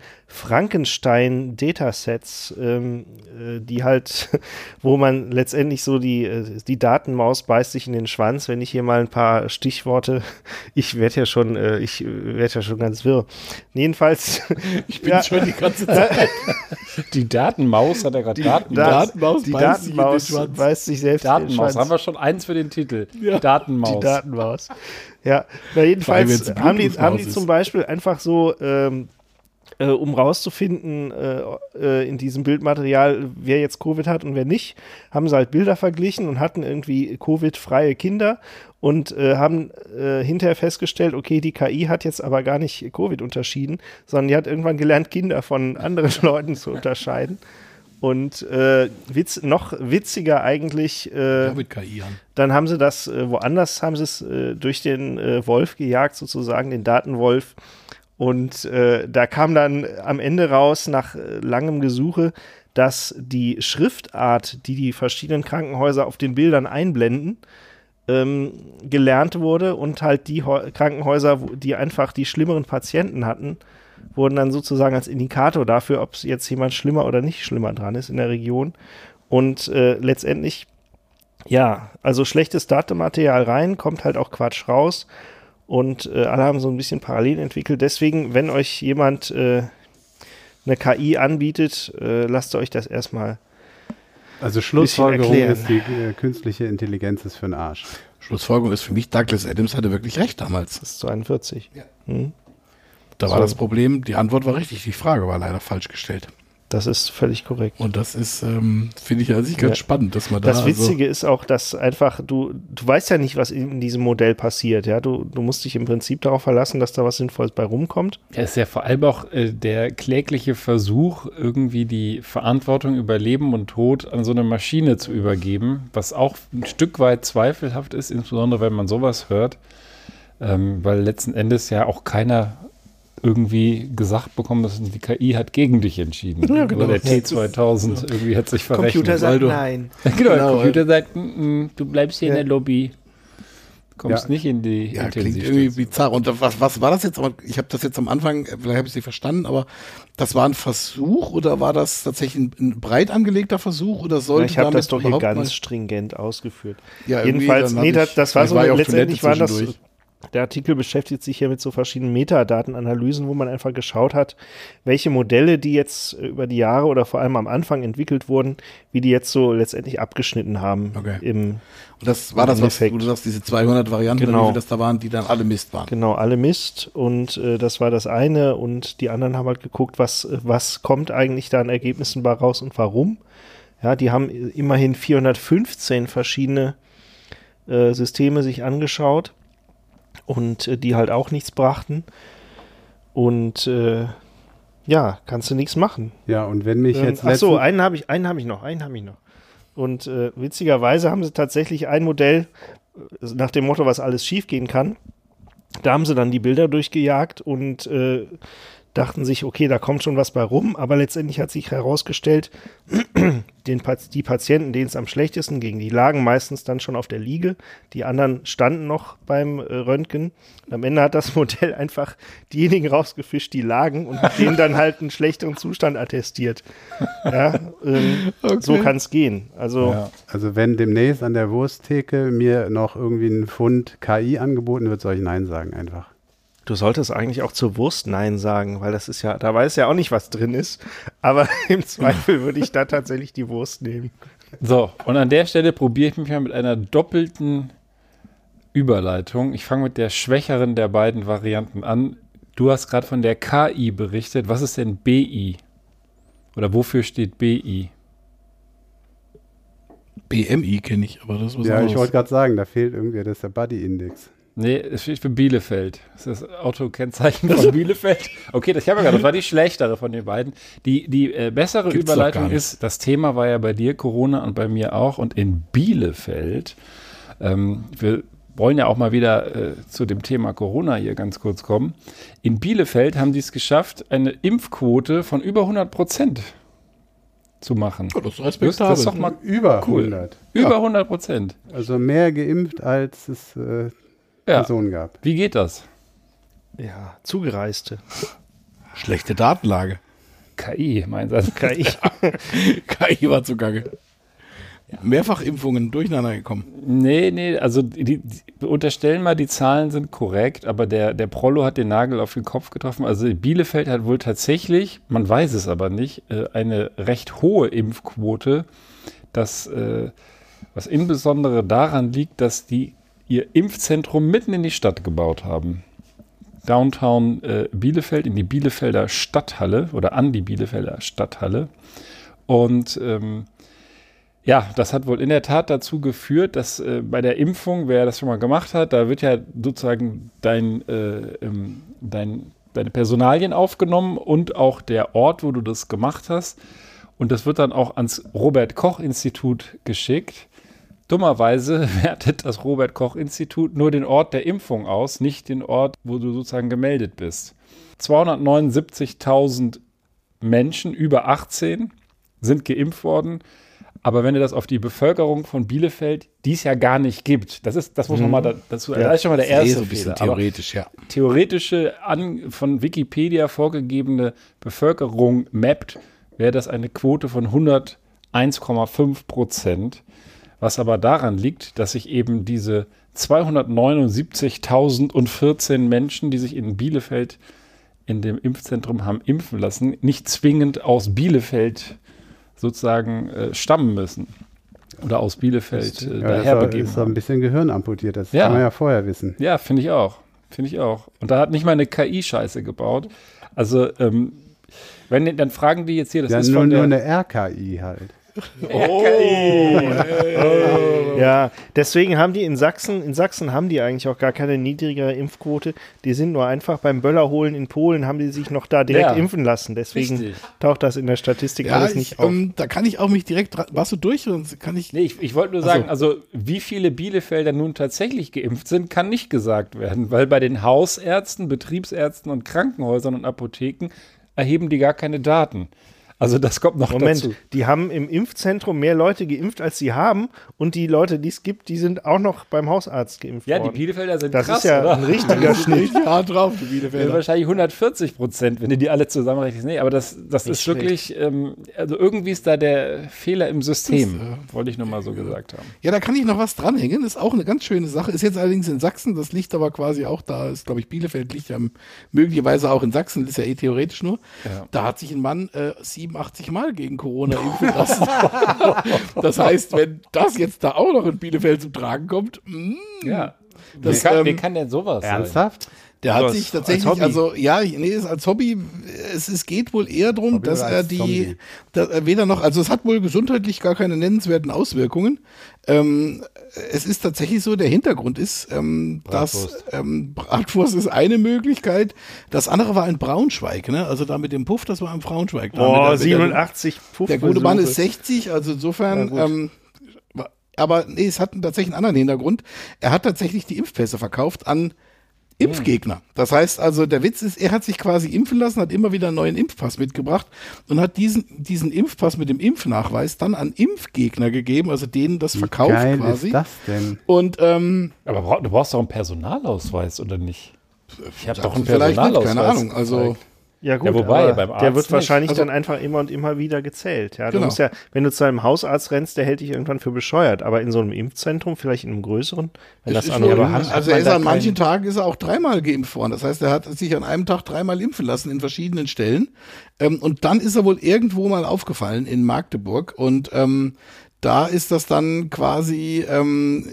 Frankenstein-Datasets, die halt, wo man letztendlich so die Datenmaus beißt sich in den Schwanz, wenn ich hier mal ein paar Stichworte, ich werde ja schon ganz wirr. Jedenfalls. Ich bin schon die ganze Zeit. Die Datenmaus hat er gerade Datenmaus beißt sich selbst in den Schwanz. Haben wir schon eins für den Titel. Ja. Datenmaus. Die Datenmaus. Ja, jedenfalls haben die zum Beispiel einfach so, um rauszufinden in diesem Bildmaterial, wer jetzt Covid hat und wer nicht, haben sie halt Bilder verglichen und hatten irgendwie Covid-freie Kinder und haben hinterher festgestellt, okay, die KI hat jetzt aber gar nicht Covid unterschieden, sondern die hat irgendwann gelernt, Kinder von anderen Leuten zu unterscheiden. Und noch witziger eigentlich, dann haben sie das woanders, haben sie es durch den Wolf gejagt, sozusagen, den Datenwolf. Und da kam dann am Ende raus, nach langem Gesuche, dass die Schriftart, die verschiedenen Krankenhäuser auf den Bildern einblenden, gelernt wurde und halt die Krankenhäuser, die einfach die schlimmeren Patienten hatten, wurden dann sozusagen als Indikator dafür, ob jetzt jemand schlimmer oder nicht schlimmer dran ist in der Region. Und letztendlich, ja, also schlechtes Datenmaterial rein, kommt halt auch Quatsch raus. Und alle haben so ein bisschen parallel entwickelt. Deswegen, wenn euch jemand eine KI anbietet, lasst euch das erstmal Also Schlussfolgerung ist, die künstliche Intelligenz ist für den Arsch. Schlussfolgerung ist für mich, Douglas Adams hatte wirklich recht damals. Das ist 42. Ja. Da war das Problem, die Antwort war richtig, die Frage war leider falsch gestellt. Das ist völlig korrekt. Und das ist, finde ich an sich ganz spannend, dass man da. Das Witzige ist auch, dass einfach, du weißt ja nicht, was in diesem Modell passiert. Ja? Du musst dich im Prinzip darauf verlassen, dass da was Sinnvolles bei rumkommt. Ja, ist ja vor allem auch der klägliche Versuch, irgendwie die Verantwortung über Leben und Tod an so eine Maschine zu übergeben, was auch ein Stück weit zweifelhaft ist, insbesondere wenn man sowas hört, weil letzten Endes ja auch keiner irgendwie gesagt bekommen, dass die KI hat gegen dich entschieden. Ja, genau. Oder der T2000 irgendwie hat sich verrechnet. Computer sagt nein. Genau, der Computer sagt, du bleibst hier in der Lobby. Kommst nicht in die Intensivstation. Klingt irgendwie bizarr. Und was war das jetzt? Ich habe das jetzt am Anfang, vielleicht habe ich es nicht verstanden, aber das war ein Versuch oder war das tatsächlich ein breit angelegter Versuch oder sollte ich habe das doch hier ganz stringent ausgeführt. Ja, jedenfalls, das war so, letztendlich war das. Der Artikel beschäftigt sich hier mit so verschiedenen Metadatenanalysen, wo man einfach geschaut hat, welche Modelle, die jetzt über die Jahre oder vor allem am Anfang entwickelt wurden, wie die jetzt so letztendlich abgeschnitten haben. Okay. Und das war das, was du sagst, diese 200 Varianten, genau. Wie viel das da waren, die dann alle Mist waren. Genau, alle Mist und das war das eine und die anderen haben halt geguckt, was kommt eigentlich da an Ergebnissen bei raus und warum. Ja, die haben immerhin 415 verschiedene Systeme sich angeschaut. Und die halt auch nichts brachten. Und kannst du nichts machen. Ja, und wenn mich jetzt Achso, einen habe ich noch. Und witzigerweise haben sie tatsächlich ein Modell, nach dem Motto, was alles schief gehen kann, da haben sie dann die Bilder durchgejagt und dachten sich, okay, da kommt schon was bei rum, aber letztendlich hat sich herausgestellt, die Patienten, denen es am schlechtesten ging, die lagen meistens dann schon auf der Liege, die anderen standen noch beim Röntgen und am Ende hat das Modell einfach diejenigen rausgefischt, die lagen und mit denen dann halt einen schlechteren Zustand attestiert. Ja, okay. So kann es gehen. Also wenn demnächst an der Wursttheke mir noch irgendwie ein Pfund KI angeboten wird, soll ich Nein sagen einfach. Du solltest eigentlich auch zur Wurst Nein sagen, weil das ist ja, da weiß ja auch nicht, was drin ist. Aber im Zweifel würde ich da tatsächlich die Wurst nehmen. So, und an der Stelle probiere ich mich mal mit einer doppelten Überleitung. Ich fange mit der schwächeren der beiden Varianten an. Du hast gerade von der KI berichtet. Was ist denn BI? Oder wofür steht BI? BMI kenne ich, aber das ist was anderes. Ich wollte gerade sagen, da fehlt irgendwie, das ist der Buddy-Index. Nee, es steht für Bielefeld. Das ist das Autokennzeichen von Bielefeld. Okay, das war die schlechtere von den beiden. Die bessere Überleitung ist, das Thema war ja bei dir Corona und bei mir auch. Und in Bielefeld, wir wollen ja auch mal wieder zu dem Thema Corona hier ganz kurz kommen. In Bielefeld haben die es geschafft, eine Impfquote von über 100% zu machen. Oh, das ist respektabel. Das ist doch mal über 100. Über 100%. Also mehr geimpft, als es Personen gab. Wie geht das? Ja, Zugereiste. Schlechte Datenlage. KI, meinst du? KI war zugange. Mehrfachimpfungen durcheinander gekommen. Nee, also die unterstellen mal, die Zahlen sind korrekt, aber der Prollo hat den Nagel auf den Kopf getroffen. Also Bielefeld hat wohl tatsächlich, man weiß es aber nicht, eine recht hohe Impfquote, was insbesondere daran liegt, dass die ihr Impfzentrum mitten in die Stadt gebaut haben. Downtown Bielefeld, in die Bielefelder Stadthalle oder an die Bielefelder Stadthalle. Und das hat wohl in der Tat dazu geführt, dass bei der Impfung, wer das schon mal gemacht hat, da wird ja sozusagen deine Personalien aufgenommen und auch der Ort, wo du das gemacht hast. Und das wird dann auch ans Robert-Koch-Institut geschickt. Dummerweise wertet das Robert-Koch-Institut nur den Ort der Impfung aus, nicht den Ort, wo du sozusagen gemeldet bist. 279.000 Menschen über 18 sind geimpft worden. Aber wenn du das auf die Bevölkerung von Bielefeld, die es ja gar nicht gibt, das muss man mal dazu, da ist schon mal der erste so ein bisschen Fehler. Theoretisch, theoretische, von Wikipedia vorgegebene Bevölkerung mappt, wäre das eine Quote von 101,5%. Was aber daran liegt, dass sich eben diese 279.014 Menschen, die sich in Bielefeld in dem Impfzentrum haben impfen lassen, nicht zwingend aus Bielefeld sozusagen stammen müssen. Oder aus Bielefeld daher begeben. Das ist so ein bisschen Gehirn amputiert, das kann man ja vorher wissen. Ja, finde ich auch. Und da hat nicht mal eine KI Scheiße gebaut. Also Dann fragen die jetzt hier, das ja, ist nur von eine RKI halt. Ja, deswegen haben die in Sachsen haben die eigentlich auch gar keine niedrigere Impfquote. Die sind nur einfach beim Böllerholen in Polen, haben die sich noch da direkt impfen lassen. Deswegen taucht das in der Statistik alles nicht auf. Da kann ich auch mich direkt warst du durch? Kann ich Nee, ich wollte nur sagen, also wie viele Bielefelder nun tatsächlich geimpft sind, kann nicht gesagt werden, weil bei den Hausärzten, Betriebsärzten und Krankenhäusern und Apotheken erheben die gar keine Daten. Also das kommt noch dazu. Die haben im Impfzentrum mehr Leute geimpft, als sie haben. Und die Leute, die es gibt, die sind auch noch beim Hausarzt geimpft worden. Ja, die Bielefelder sind das krass, ist ja oder? ein richtiger Schnitt. hart drauf, die Bielefelder. Ja, wahrscheinlich 140%, wenn du die alle zusammenrechnest. Nee, aber das ist wirklich, also irgendwie ist da der Fehler im System, wollte ich nur mal so gesagt haben. Ja, da kann ich noch was dranhängen. Ist auch eine ganz schöne Sache. Ist jetzt allerdings in Sachsen. Das liegt aber quasi auch da. Ist, glaube ich, Bielefeld liegt ja möglicherweise auch in Sachsen. Ist ja theoretisch nur. Ja. Da hat sich ein Mann 87 Mal gegen Corona impfen lassen. Das heißt, wenn das jetzt da auch noch in Bielefeld zum Tragen kommt, ja. Wer kann denn sowas ernsthaft? Sein? Der hat sich tatsächlich, ist als Hobby, es geht wohl eher darum, dass er weder noch, also es hat wohl gesundheitlich gar keine nennenswerten Auswirkungen. Es ist tatsächlich so, der Hintergrund ist, dass Bratwurst ist eine Möglichkeit, das andere war in Braunschweig, ne? Also da mit dem Puff, das war in Braunschweig. 87 Puff. Der gute Mann ist 60, also insofern, aber nee, es hat tatsächlich einen anderen Hintergrund. Er hat tatsächlich die Impfpässe verkauft an Impfgegner. Das heißt also, der Witz ist, er hat sich quasi impfen lassen, hat immer wieder einen neuen Impfpass mitgebracht und hat diesen Impfpass mit dem Impfnachweis dann an Impfgegner gegeben, also denen das verkauft quasi. Wie geil quasi. ist das denn? Und, aber du brauchst doch einen Personalausweis, oder nicht? Ich habe doch einen Personalausweis. Keine Ahnung, also... Ja gut, wobei, beim Arzt der wird wahrscheinlich nicht. dann einfach immer und immer wieder gezählt. Ja, du genau. musst ja, wenn du zu einem Hausarzt rennst, der hält dich irgendwann für bescheuert. Aber in so einem Impfzentrum, vielleicht in einem größeren, wenn das andere also er ist an manchen Tagen ist er auch 3-mal geimpft worden. Das heißt, er hat sich an einem Tag 3-mal impfen lassen in verschiedenen Stellen. Und dann ist er wohl irgendwo mal aufgefallen in Magdeburg und da ist das dann quasi, haben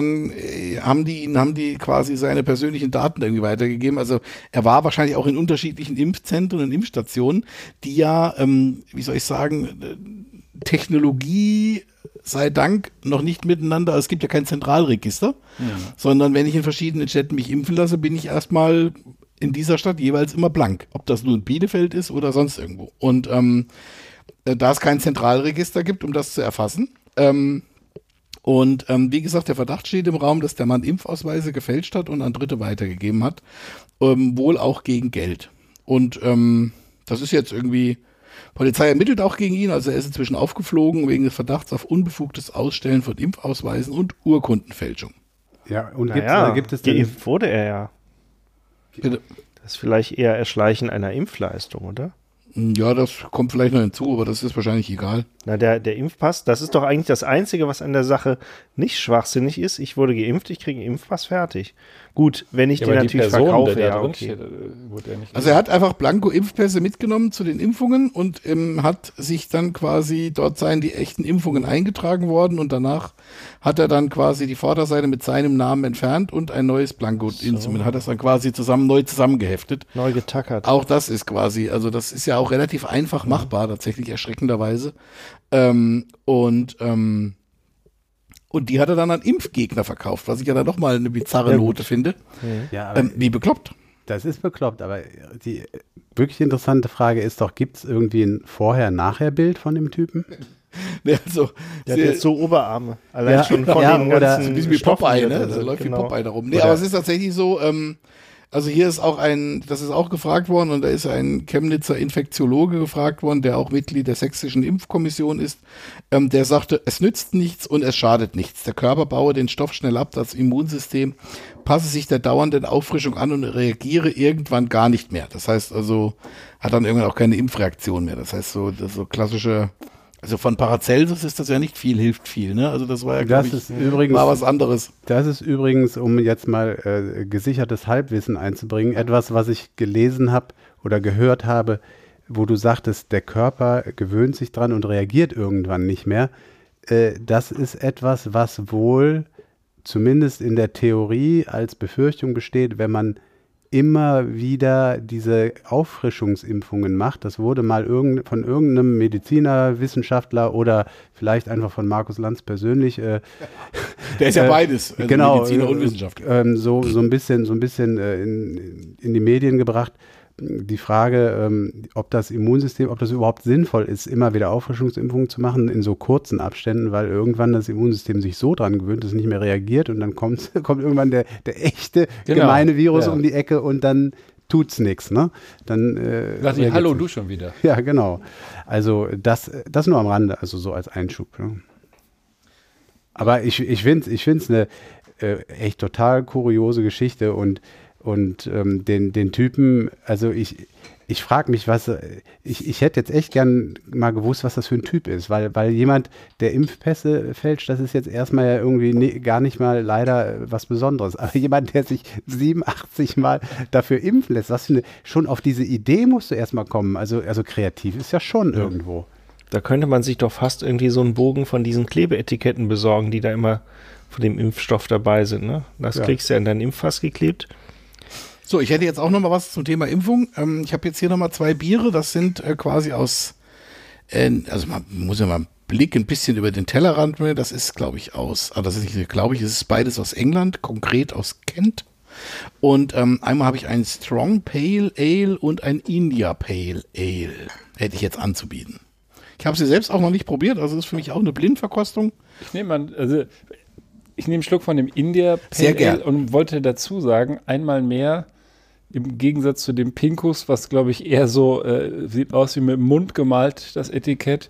die quasi seine persönlichen Daten irgendwie weitergegeben. Also er war wahrscheinlich auch in unterschiedlichen Impfzentren und Impfstationen, die ja, wie soll ich sagen, Technologie sei Dank noch nicht miteinander, es gibt ja kein Zentralregister, sondern wenn ich in verschiedenen Städten mich impfen lasse, bin ich erstmal in dieser Stadt jeweils immer blank. Ob das nun Bielefeld ist oder sonst irgendwo. Und da es kein Zentralregister gibt, um das zu erfassen. Wie gesagt, der Verdacht steht im Raum, dass der Mann Impfausweise gefälscht hat und an Dritte weitergegeben hat. Wohl auch gegen Geld. Und das ist jetzt irgendwie, Polizei ermittelt auch gegen ihn, also er ist inzwischen aufgeflogen wegen des Verdachts auf unbefugtes Ausstellen von Impfausweisen und Urkundenfälschung. Ja, und gibt es geimpft wurde er ja. Bitte? Das ist vielleicht eher Erschleichen einer Impfleistung, oder? Ja, das kommt vielleicht noch hinzu, aber das ist wahrscheinlich egal. Na, der Impfpass, das ist doch eigentlich das Einzige, was an der Sache nicht schwachsinnig ist. Ich wurde geimpft, ich kriege einen Impfpass, fertig. Gut, wenn ich den natürlich verkaufe, ja, okay. Also er hat einfach Blanko-Impfpässe mitgenommen zu den Impfungen und hat sich dann quasi, dort seien die echten Impfungen eingetragen worden und danach hat er dann quasi die Vorderseite mit seinem Namen entfernt und ein neues Blanko-Instrument, hat das dann quasi neu zusammengeheftet. Neu getackert. Auch das ist quasi, also das ist ja auch relativ einfach machbar, tatsächlich erschreckenderweise. Und die hat er dann an Impfgegner verkauft, was ich ja dann nochmal eine bizarre Note finde. Ja, wie bekloppt. Das ist bekloppt, aber die wirklich interessante Frage ist doch, gibt es irgendwie ein Vorher-Nachher-Bild von dem Typen? Nee, also, der hat jetzt so Oberarme. Allein schon von den ganzen so ein bisschen wie Popeye, ne? Da läuft wie Popeye darum. Nee, aber es ist tatsächlich so, also hier ist auch das ist auch gefragt worden und da ist ein Chemnitzer Infektiologe gefragt worden, der auch Mitglied der sächsischen Impfkommission ist, der sagte, es nützt nichts und es schadet nichts. Der Körper baue den Stoff schnell ab, das Immunsystem passe sich der dauernden Auffrischung an und reagiere irgendwann gar nicht mehr. Das heißt also, hat dann irgendwann auch keine Impfreaktion mehr. Das heißt so, das so klassische, also von Paracelsus ist das ja nicht viel, hilft viel, ne? Also das war ja, glaube ich, war was anderes. Das ist übrigens, um jetzt mal gesichertes Halbwissen einzubringen, etwas, was ich gelesen habe oder gehört habe, wo du sagtest, der Körper gewöhnt sich dran und reagiert irgendwann nicht mehr. Das ist etwas, was wohl zumindest in der Theorie als Befürchtung besteht, wenn man immer wieder diese Auffrischungsimpfungen macht. Das wurde mal von irgendeinem Mediziner, Wissenschaftler oder vielleicht einfach von Markus Lanz persönlich. Der ist ja beides, also genau, Mediziner und Wissenschaftler. So ein bisschen in die Medien gebracht. Die Frage, ob das Immunsystem, ob das überhaupt sinnvoll ist, immer wieder Auffrischungsimpfungen zu machen in so kurzen Abständen, weil irgendwann das Immunsystem sich so dran gewöhnt, dass es nicht mehr reagiert und dann kommt irgendwann der echte, gemeine Virus um die Ecke und dann tut's nichts, ne? Dann sag ich, hallo, du schon wieder. Ja, genau. Also das nur am Rande, also so als Einschub. Ne? Aber ich finde es eine echt total kuriose Geschichte und den Typen, also ich frage mich, ich hätte jetzt echt gern mal gewusst, was das für ein Typ ist, weil jemand, der Impfpässe fälscht, das ist jetzt erstmal ja irgendwie gar nicht mal leider was Besonderes. Aber jemand, der sich 87 Mal dafür impfen lässt, schon auf diese Idee musst du erstmal kommen. Also kreativ ist ja schon irgendwo. Da könnte man sich doch fast irgendwie so einen Bogen von diesen Klebeetiketten besorgen, die da immer von dem Impfstoff dabei sind. Ne? Das kriegst du ja in dein Impffass geklebt. So, ich hätte jetzt auch noch mal was zum Thema Impfung. Ich habe jetzt hier noch mal 2 Biere. Das sind quasi aus, also man muss ja mal einen Blick ein bisschen über den Tellerrand nehmen. Das ist, glaube ich, es ist beides aus England, konkret aus Kent. Und einmal habe ich ein Strong Pale Ale und ein India Pale Ale. Hätte ich jetzt anzubieten. Ich habe sie selbst auch noch nicht probiert, also das ist für mich auch eine Blindverkostung. Ich nehme einen Schluck von dem India Pale Ale und wollte dazu sagen, einmal mehr im Gegensatz zu dem Pinkus, was glaube ich eher so sieht aus wie mit dem Mund gemalt, das Etikett.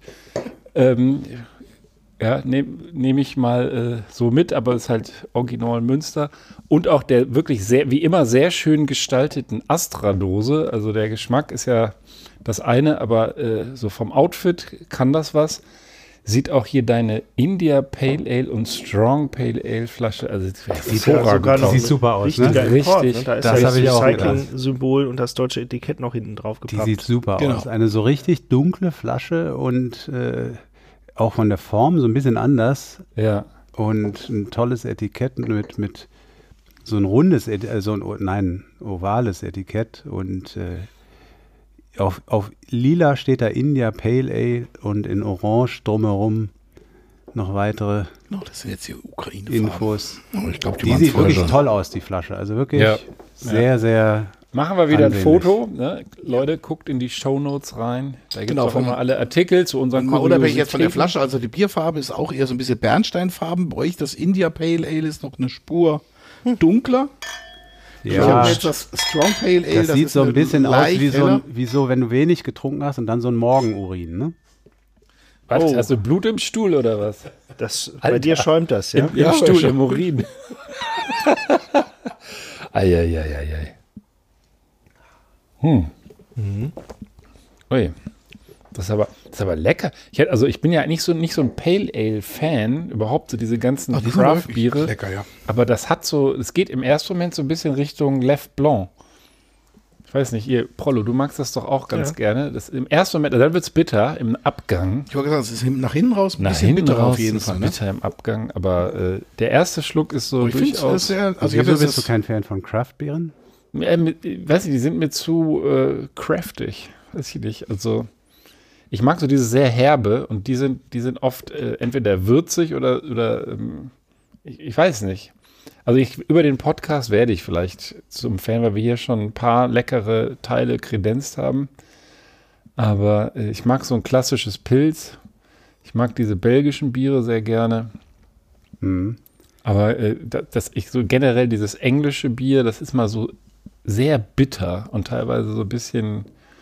Nehme ich mal so mit, aber es ist halt Original Münster. Und auch der wirklich sehr, wie immer, sehr schön gestalteten Astra-Dose. Also der Geschmack ist ja das eine, aber so vom Outfit kann das was. Sieht auch hier deine India Pale Ale und Strong Pale Ale Flasche. Also sieht super aus. Ne? Richtig. Ne? Da ist das Recycling-Symbol und das deutsche Etikett noch hinten drauf gepappt. Die sieht super aus. Eine so richtig dunkle Flasche und auch von der Form so ein bisschen anders. Ja. Und ein tolles Etikett mit so ein rundes, ovales Etikett und auf lila steht da India Pale Ale und in orange drumherum noch weitere das sind jetzt die Infos. Oh, ich glaub, die sieht wirklich toll aus, die Flasche. Also wirklich sehr, sehr Machen wir wieder ein Foto. Ne? Leute, guckt in die Shownotes rein. Da gibt es auch immer alle Artikel zu unseren Unabhängig jetzt von der Flasche, also die Bierfarbe ist auch eher so ein bisschen Bernsteinfarben. Bei euch das India Pale Ale ist noch eine Spur dunkler. Ja. Ich habe jetzt das Strong Pale Ale. Das sieht so ein bisschen aus wie so, wenn du wenig getrunken hast und dann so ein Morgenurin, ne? Was, hast du Blut im Stuhl oder was? Bei dir schäumt das, ja? Im Stuhl, im Urin. Eieieiei. Ui. Das ist aber lecker. Ich bin ja nicht so ein Pale Ale Fan, überhaupt so diese ganzen Craft-Biere. Lecker, ja. Aber es geht im ersten Moment so ein bisschen Richtung Left Blanc. Ich weiß nicht, Prollo, du magst das doch auch ganz gerne. Das im ersten Moment, dann wird es bitter im Abgang. Ich wollte sagen, es ist nach hinten raus ein bisschen bitter auf jeden Fall. Bitter im Abgang, aber der erste Schluck ist so durchaus. Wieso bist du kein Fan von Craft-Bieren? Weiß ich, die sind mir zu craftig. Weiß ich nicht. Also ich mag so diese sehr herbe und die sind oft entweder würzig oder ich weiß nicht. Also über den Podcast werde ich vielleicht zum Fan, weil wir hier schon ein paar leckere Teile kredenzt haben. Aber ich mag so ein klassisches Pilz. Ich mag diese belgischen Biere sehr gerne. Mhm. Aber generell dieses englische Bier, das ist mal so sehr bitter und teilweise so ein bisschen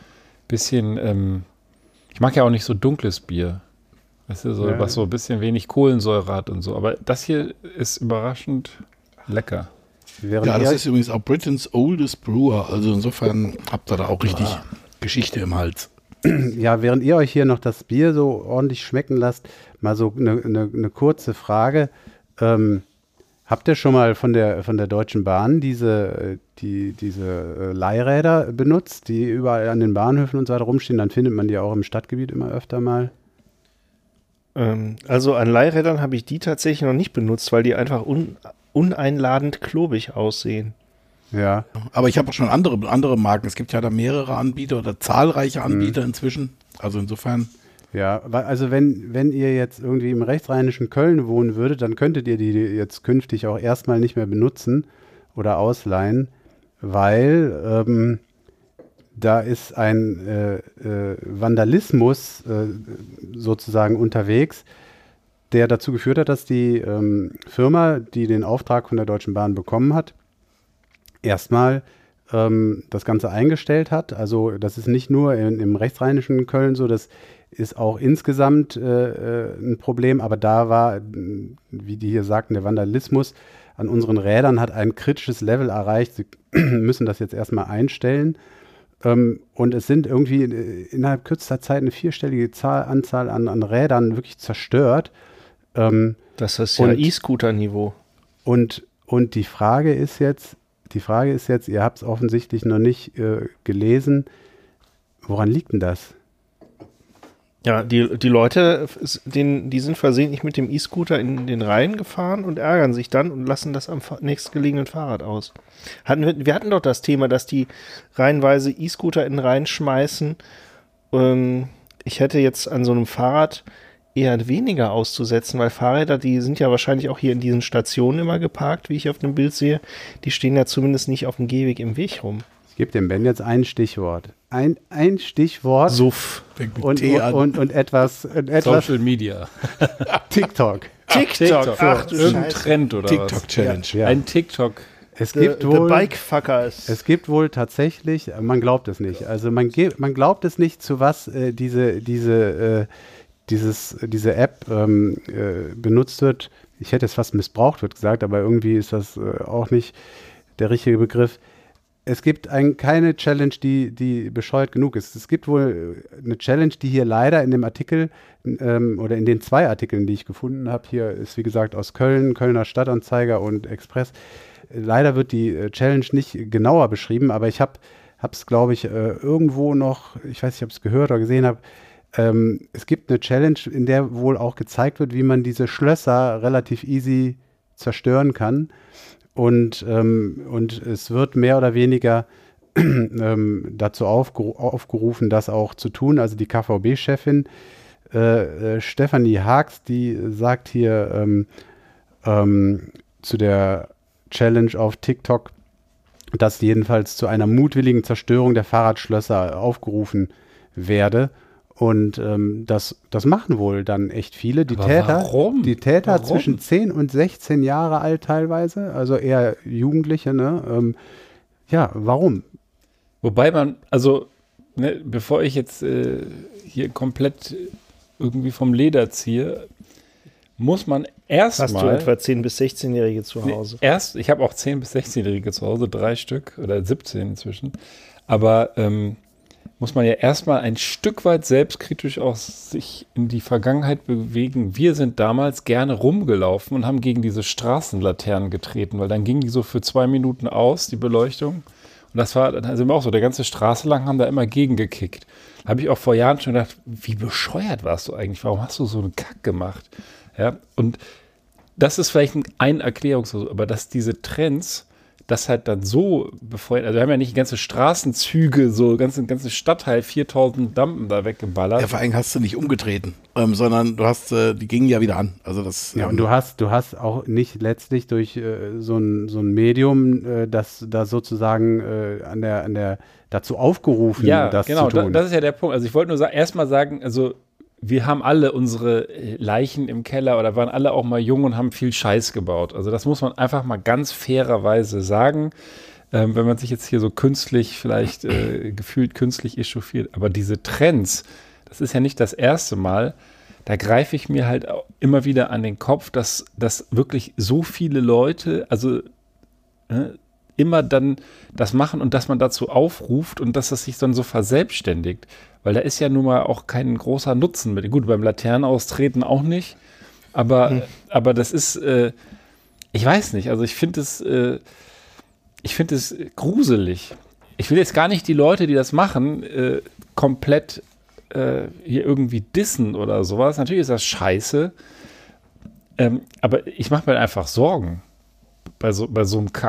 ich mag ja auch nicht so dunkles Bier. Weißt du, was so ein bisschen wenig Kohlensäure hat und so. Aber das hier ist überraschend lecker. Das ist übrigens auch Britain's Oldest Brewer. Also insofern habt ihr da auch richtig Geschichte im Hals. Ja, während ihr euch hier noch das Bier so ordentlich schmecken lasst, mal so eine kurze Frage. Habt ihr schon mal von der Deutschen Bahn diese Leihräder benutzt, die überall an den Bahnhöfen und so weiter rumstehen? Dann findet man die auch im Stadtgebiet immer öfter mal. Also an Leihrädern habe ich die tatsächlich noch nicht benutzt, weil die einfach uneinladend klobig aussehen. Ja. Aber ich habe auch schon andere Marken. Es gibt ja da mehrere Anbieter oder zahlreiche Anbieter inzwischen. Also insofern. Ja, also wenn ihr jetzt irgendwie im rechtsrheinischen Köln wohnen würdet, dann könntet ihr die jetzt künftig auch erstmal nicht mehr benutzen oder ausleihen, weil da ist ein Vandalismus sozusagen unterwegs, der dazu geführt hat, dass die Firma, die den Auftrag von der Deutschen Bahn bekommen hat, erstmal das Ganze eingestellt hat. Also das ist nicht nur im rechtsrheinischen Köln so, das ist auch insgesamt ein Problem, aber da war, wie die hier sagten, der Vandalismus an unseren Rädern hat ein kritisches Level erreicht. Sie müssen das jetzt erstmal einstellen. Und es sind irgendwie innerhalb kürzester Zeit eine 4-stellige Anzahl an Rädern wirklich zerstört. Das ist ja E-Scooter-Niveau. Und die Frage ist jetzt, ihr habt es offensichtlich noch nicht gelesen, woran liegt denn das? Ja, die Leute, die sind versehentlich mit dem E-Scooter in den Rhein gefahren und ärgern sich dann und lassen das am nächstgelegenen Fahrrad aus. Wir hatten doch das Thema, dass die reihenweise E-Scooter in den Rhein schmeißen. Ich hätte jetzt an so einem Fahrrad eher weniger auszusetzen, weil Fahrräder, die sind ja wahrscheinlich auch hier in diesen Stationen immer geparkt, wie ich auf dem Bild sehe. Die stehen ja zumindest nicht auf dem Gehweg im Weg rum. Ich gebe dem Ben jetzt ein Stichwort. Ein Stichwort. Suff. Und etwas. Social Media. TikTok. TikTok. Ach du Scheiße. Trend oder TikTok-Challenge. Ja. Ein TikTok. Es gibt wohl Bikefuckers. Es gibt wohl tatsächlich, man glaubt es nicht. Also man glaubt es nicht, zu was diese App benutzt wird. Ich hätte es fast missbraucht wird gesagt, aber irgendwie ist das auch nicht der richtige Begriff. Es gibt keine Challenge, die bescheuert genug ist. Es gibt wohl eine Challenge, die hier leider in dem Artikel oder in den 2 Artikeln, die ich gefunden habe, hier ist wie gesagt aus Köln, Kölner Stadtanzeiger und Express. Leider wird die Challenge nicht genauer beschrieben, aber ich habe es, glaube ich, irgendwo noch, ich weiß nicht, ob ich es gehört oder gesehen habe, es gibt eine Challenge, in der wohl auch gezeigt wird, wie man diese Schlösser relativ easy zerstören kann. Und es wird mehr oder weniger dazu aufgerufen, das auch zu tun. Also die KVB-Chefin Stefanie Haags, die sagt hier zu der Challenge auf TikTok, dass jedenfalls zu einer mutwilligen Zerstörung der Fahrradschlösser aufgerufen werde. Und das machen wohl dann echt viele. Die Täter zwischen 10 und 16 Jahre alt teilweise, also eher Jugendliche, ne? Ja, warum? Wobei man, also, ne, bevor ich jetzt hier komplett irgendwie vom Leder ziehe, muss man erstmal. Hast du etwa 10- bis 16-Jährige zu Hause? Ich habe auch 10- bis 16-Jährige zu Hause, 3 Stück oder 17 inzwischen. Aber muss man ja erstmal ein Stück weit selbstkritisch auch sich in die Vergangenheit bewegen. Wir sind damals gerne rumgelaufen und haben gegen diese Straßenlaternen getreten, weil dann ging die so für 2 Minuten aus, die Beleuchtung. Und das war dann also auch so, der ganze Straße lang haben da immer gegengekickt. Da habe ich auch vor Jahren schon gedacht, wie bescheuert warst du eigentlich? Warum hast du so einen Kack gemacht? Ja, und das ist vielleicht ein Erklärungsversuch, aber dass diese Trends das halt dann so befeuert, also wir haben ja nicht ganze Straßenzüge, so ganze Stadtteil, 4000 Dampen da weggeballert. Ja, vor allem hast du nicht umgetreten, sondern du hast, die gingen ja wieder an. Also das. Ja, und du hast auch nicht letztlich durch so ein Medium, das da sozusagen dazu aufgerufen, das zu tun. Das ist ja der Punkt. Also ich wollte nur erstmal sagen, also wir haben alle unsere Leichen im Keller oder waren alle auch mal jung und haben viel Scheiß gebaut. Also das muss man einfach mal ganz fairerweise sagen, wenn man sich jetzt hier so künstlich, vielleicht gefühlt künstlich echauffiert. Aber diese Trends, das ist ja nicht das erste Mal, da greife ich mir halt auch immer wieder an den Kopf, dass wirklich so viele Leute, also immer dann das machen und dass man dazu aufruft und dass das sich dann so verselbstständigt. Weil da ist ja nun mal auch kein großer Nutzen mit. Gut, beim Laternenaustreten auch nicht. Aber das ist, ich weiß nicht, also ich finde es gruselig. Ich will jetzt gar nicht die Leute, die das machen, komplett hier irgendwie dissen oder sowas. Natürlich ist das scheiße. Aber ich mache mir einfach Sorgen bei so einem Kack.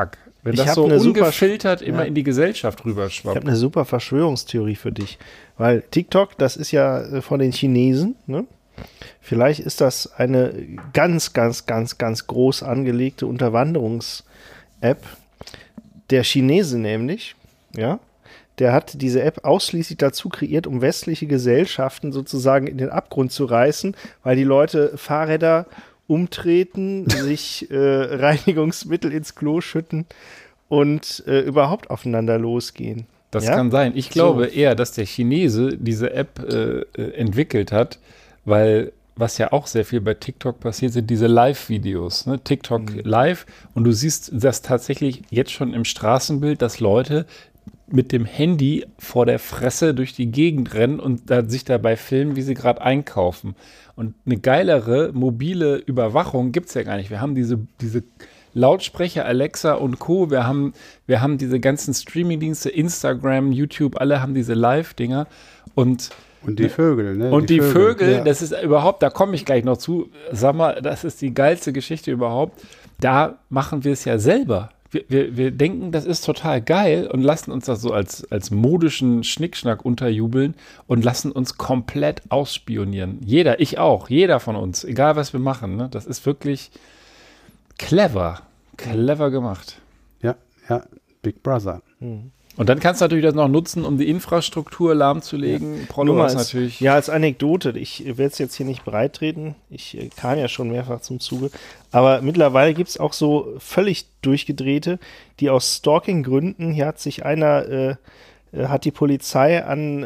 Wenn das so ungefiltert immer in die Gesellschaft rüberschwappt. Ich habe eine super Verschwörungstheorie für dich. Weil TikTok, das ist ja von den Chinesen, ne? Vielleicht ist das eine ganz, ganz, ganz, ganz groß angelegte Unterwanderungs-App. Der Chinese nämlich, ja, der hat diese App ausschließlich dazu kreiert, um westliche Gesellschaften sozusagen in den Abgrund zu reißen, weil die Leute Fahrräder umtreten, sich Reinigungsmittel ins Klo schütten und überhaupt aufeinander losgehen. Das kann sein. Ich glaube eher, dass der Chinese diese App entwickelt hat, weil was ja auch sehr viel bei TikTok passiert, sind diese Live-Videos. Ne? TikTok live. Und du siehst das tatsächlich jetzt schon im Straßenbild, dass Leute mit dem Handy vor der Fresse durch die Gegend rennen und sich dabei filmen, wie sie gerade einkaufen. Und eine geilere mobile Überwachung gibt es ja gar nicht. Wir haben diese Lautsprecher, Alexa und Co. Wir haben diese ganzen Streaming-Dienste, Instagram, YouTube, alle haben diese Live-Dinger. Und die Vögel, ne? Und die Vögel, ja. Das ist überhaupt, da komme ich gleich noch zu. Sag mal, das ist die geilste Geschichte überhaupt. Da machen wir es ja selber. Wir denken, das ist total geil und lassen uns das so als modischen Schnickschnack unterjubeln und lassen uns komplett ausspionieren. Jeder, ich auch, jeder von uns, egal was wir machen. Ne? Das ist wirklich clever gemacht. Ja, Big Brother. Und dann kannst du natürlich das noch nutzen, um die Infrastruktur lahmzulegen. Prollo ist natürlich. Ja, als Anekdote, ich werde es jetzt hier nicht breittreten, ich kam ja schon mehrfach zum Zuge, aber mittlerweile gibt es auch so völlig durchgedrehte, die aus Stalking-Gründen, hier hat sich einer, hat die Polizei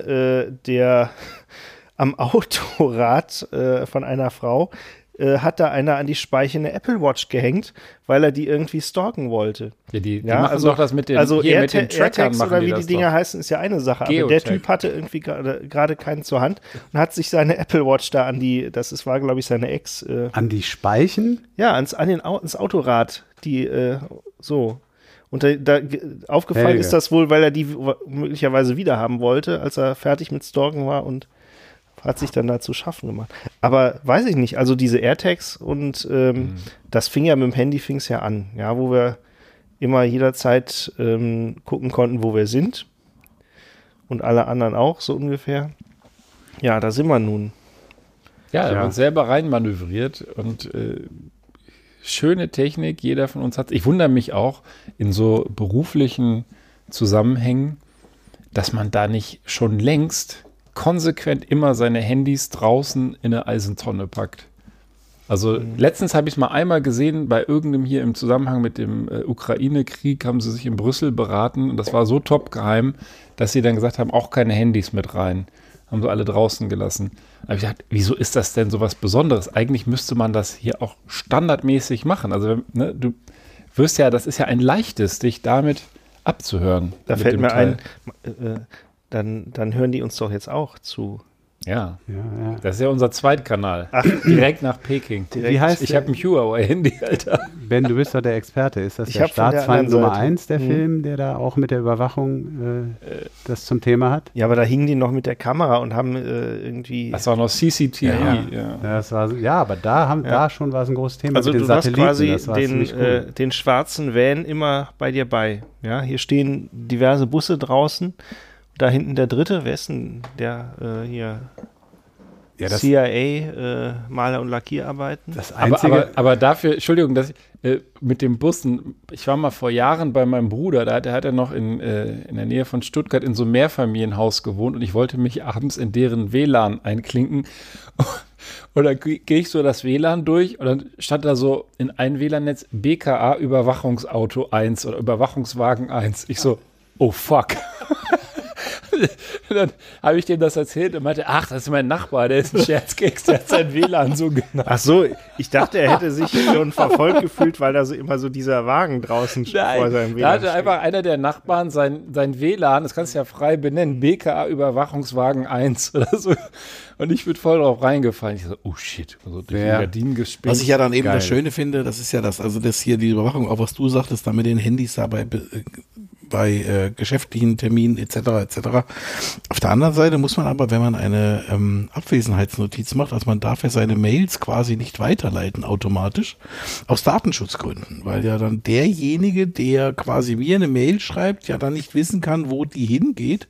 am Autorad von einer Frau, hat da einer an die Speiche eine Apple Watch gehängt, weil er die irgendwie stalken wollte. Ja, die machen doch das mit den, mit den Trackern oder wie die Dinger heißen, ist ja eine Sache. Geotech. Aber der Typ hatte irgendwie gerade keinen zur Hand und hat sich seine Apple Watch da war glaube ich seine Ex. An die Speichen? Ja, ans Autorad, so. Und da aufgefallen ist das wohl, weil er die möglicherweise wieder haben wollte, als er fertig mit Stalken war und hat sich dann da zu schaffen gemacht. Aber weiß ich nicht, also diese AirTags und das fing ja mit dem Handy ja an, ja, wo wir immer jederzeit gucken konnten, wo wir sind und alle anderen auch, so ungefähr. Ja, da sind wir nun. Ja, wir haben uns selber reinmanövriert und schöne Technik, jeder von uns hat. Ich wundere mich auch in so beruflichen Zusammenhängen, dass man da nicht schon längst konsequent immer seine Handys draußen in eine Eisentonne packt. Also letztens habe ich es mal einmal gesehen, bei irgendeinem hier im Zusammenhang mit dem Ukraine-Krieg haben sie sich in Brüssel beraten und das war so top geheim, dass sie dann gesagt haben, auch keine Handys mit rein. Haben sie alle draußen gelassen. Da habe ich gedacht, wieso ist das denn so was Besonderes? Eigentlich müsste man das hier auch standardmäßig machen. Also ne, du wirst ja, das ist ja ein leichtes, dich damit abzuhören. Da fällt mir ein, dann hören die uns doch jetzt auch zu. Ja. Das ist ja unser Zweitkanal. Direkt nach Peking. Wie heißt ich habe ein Huawei-Handy, Alter. Ben, du bist doch der Experte. Ist das der Staatsfeind Nummer 1, der Film, der da auch mit der Überwachung das zum Thema hat? Ja, aber da hingen die noch mit der Kamera und haben irgendwie... Das war noch CCTV. Aber da schon war es ein großes Thema also mit den Satelliten. Also du hast quasi den schwarzen Van immer bei dir bei. Ja, hier stehen diverse Busse draußen. Da hinten der dritte, wer ist denn der hier? Ja, CIA, Maler- und Lackierarbeiten. Das Einzige. Aber dafür, Entschuldigung, mit den Bussen, ich war mal vor Jahren bei meinem Bruder, da hat er noch in der Nähe von Stuttgart in so einem Mehrfamilienhaus gewohnt und ich wollte mich abends in deren WLAN einklinken. Und dann gehe ich so das WLAN durch und dann stand da so in ein WLAN-Netz BKA Überwachungsauto 1 oder Überwachungswagen 1. Ich so, oh fuck. Dann habe ich dem das erzählt und meinte, ach, das ist mein Nachbar, der ist ein Scherzkeks, der hat sein WLAN so genannt. Ach so, ich dachte, er hätte sich schon verfolgt gefühlt, weil da so immer so dieser Wagen draußen vor seinem WLAN da hatte einfach einer der Nachbarn sein WLAN, das kannst du ja frei benennen, BKA Überwachungswagen 1 oder so. Und ich bin voll drauf reingefallen. Ich so, oh shit, also durch die Gardinen gespinnt. Was ich ja dann eben das Schöne finde, das ist ja das hier die Überwachung, auch was du sagtest, da mit den Handys dabei bei geschäftlichen Terminen etc. etc. Auf der anderen Seite muss man aber, wenn man eine Abwesenheitsnotiz macht, also man darf ja seine Mails quasi nicht weiterleiten automatisch, aus Datenschutzgründen, weil ja dann derjenige, der quasi mir eine Mail schreibt, ja dann nicht wissen kann, wo die hingeht.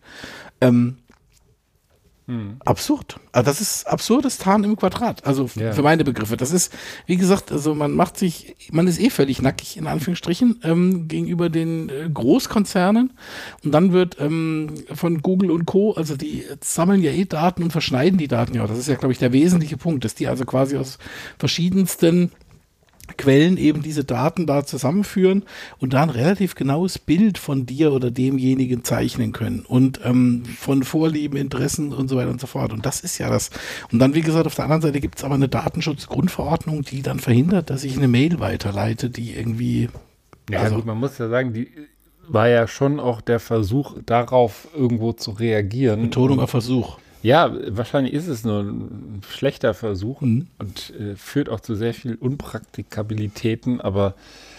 Absurd. Also das ist absurdes Tarn im Quadrat. Also für meine Begriffe. Das ist, wie gesagt, also man ist völlig nackig, in Anführungsstrichen, gegenüber den Großkonzernen. Und dann wird von Google und Co., also die sammeln ja Daten und verschneiden die Daten ja. Das ist ja, glaube ich, der wesentliche Punkt, dass die also quasi aus verschiedensten Quellen eben diese Daten da zusammenführen und da ein relativ genaues Bild von dir oder demjenigen zeichnen können und von Vorlieben, Interessen und so weiter und so fort. Und das ist ja das. Und dann, wie gesagt, auf der anderen Seite gibt es aber eine Datenschutzgrundverordnung, die dann verhindert, dass ich eine Mail weiterleite, die irgendwie... Ja, gut, man muss ja sagen, die war ja schon auch der Versuch, darauf irgendwo zu reagieren. Betonung auf Versuch. Ja, wahrscheinlich ist es nur ein schlechter Versuch und führt auch zu sehr viel Unpraktikabilitäten, aber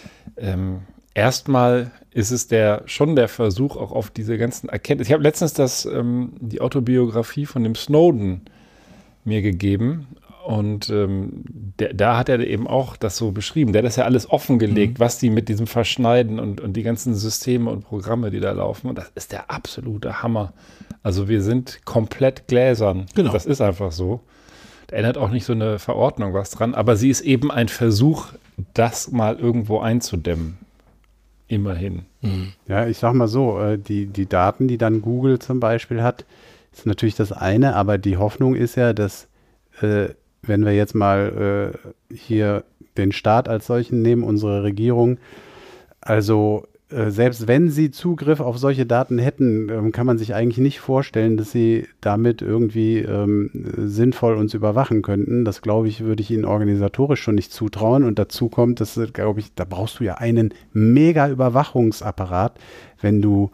erstmal ist es schon der Versuch auch auf diese ganzen Erkenntnisse. Ich habe letztens die Autobiografie von dem Snowden mir gegeben und da hat er eben auch das so beschrieben. Der hat das ja alles offengelegt, was die mit diesem Verschneiden und die ganzen Systeme und Programme, die da laufen. Und das ist der absolute Hammer. Also wir sind komplett gläsern. Genau. Das ist einfach so. Da ändert auch nicht so eine Verordnung was dran. Aber sie ist eben ein Versuch, das mal irgendwo einzudämmen. Immerhin. Ja, ich sag mal so, die Daten, die dann Google zum Beispiel hat, ist natürlich das eine. Aber die Hoffnung ist ja, dass wenn wir jetzt mal hier den Staat als solchen nehmen, unsere Regierung, also selbst wenn sie Zugriff auf solche Daten hätten, kann man sich eigentlich nicht vorstellen, dass sie damit irgendwie sinnvoll uns überwachen könnten. Das, glaube ich, würde ich ihnen organisatorisch schon nicht zutrauen. Und dazu kommt, dass, glaube ich, da brauchst du ja einen mega Überwachungsapparat, wenn du,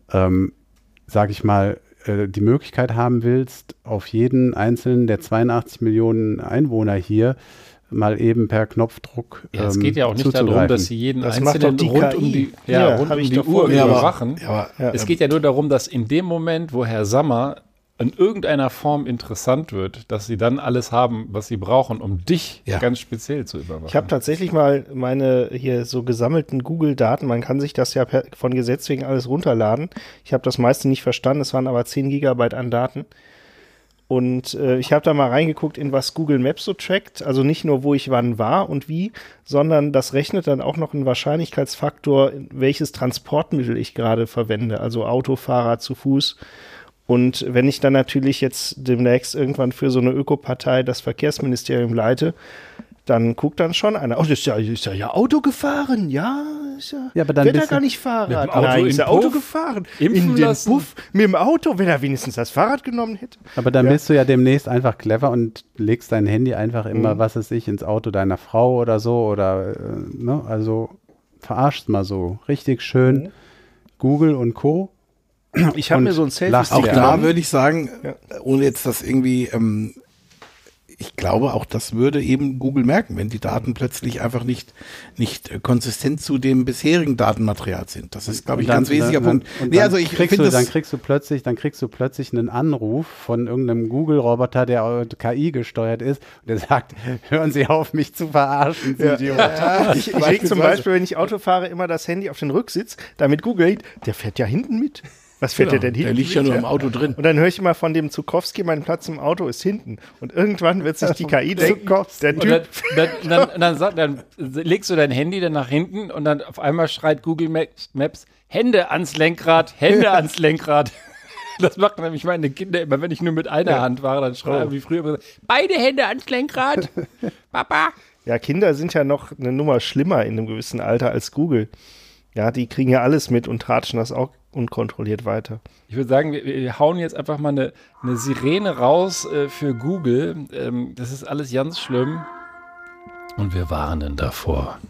sag ich mal, die Möglichkeit haben willst, auf jeden einzelnen der 82 Millionen Einwohner hier mal eben per Knopfdruck es geht ja auch nicht darum, dass sie jeden Einzelnen rund um die Uhr überwachen. Es geht ja nur darum, dass in dem Moment, wo Herr Sammer in irgendeiner Form interessant wird, dass sie dann alles haben, was sie brauchen, um dich ganz speziell zu überwachen. Ich habe tatsächlich mal meine hier so gesammelten Google-Daten, man kann sich das ja von Gesetz wegen alles runterladen. Ich habe das meiste nicht verstanden, es waren aber 10 Gigabyte an Daten. Und ich habe da mal reingeguckt, in was Google Maps so trackt. Also nicht nur, wo ich wann war und wie, sondern das rechnet dann auch noch einen Wahrscheinlichkeitsfaktor, welches Transportmittel ich gerade verwende. Also Auto, Fahrrad, zu Fuß. Und wenn ich dann natürlich jetzt demnächst irgendwann für so eine Ökopartei das Verkehrsministerium leite, dann guckt dann schon einer, ist ja Auto gefahren, aber dann wird er gar nicht Fahrrad. Nein, ist er Auto gefahren. In den Puff mit dem Auto, wenn er wenigstens das Fahrrad genommen hätte. Aber dann bist du ja demnächst einfach clever und legst dein Handy einfach immer, was weiß ich, ins Auto deiner Frau oder so oder, also verarschst mal so richtig schön Google und Co. Ich habe mir so ein Selfie auch da würde ich sagen, ohne jetzt das irgendwie ich glaube, auch das würde eben Google merken, wenn die Daten plötzlich einfach nicht konsistent zu dem bisherigen Datenmaterial sind. Das ist, glaube ich, ein ganz wesentlicher Punkt. Dann kriegst du plötzlich einen Anruf von irgendeinem Google-Roboter, der KI gesteuert ist, und der sagt, hören Sie auf, mich zu verarschen, Sie Idiot. Ich lege zum Beispiel, wenn ich Auto fahre, immer das Handy auf den Rücksitz, damit Google, der fährt ja hinten mit. Was fährt der denn hinten? Der liegt ja nur im Auto drin. Und dann höre ich immer von dem Zukowski, mein Platz im Auto ist hinten. Und irgendwann wird sich die KI denken, der Typ. Dann legst du dein Handy dann nach hinten und dann auf einmal schreit Google Maps, Hände ans Lenkrad, Hände ans Lenkrad. Das machen nämlich meine Kinder immer, wenn ich nur mit einer Hand fahre, dann schreien wie früher, beide Hände ans Lenkrad, Papa. Ja, Kinder sind ja noch eine Nummer schlimmer in einem gewissen Alter als Google. Ja, die kriegen ja alles mit und tratschen das auch unkontrolliert weiter. Ich würde sagen, wir hauen jetzt einfach mal eine Sirene raus für Google. Das ist alles ganz schlimm. Und wir warnen davor.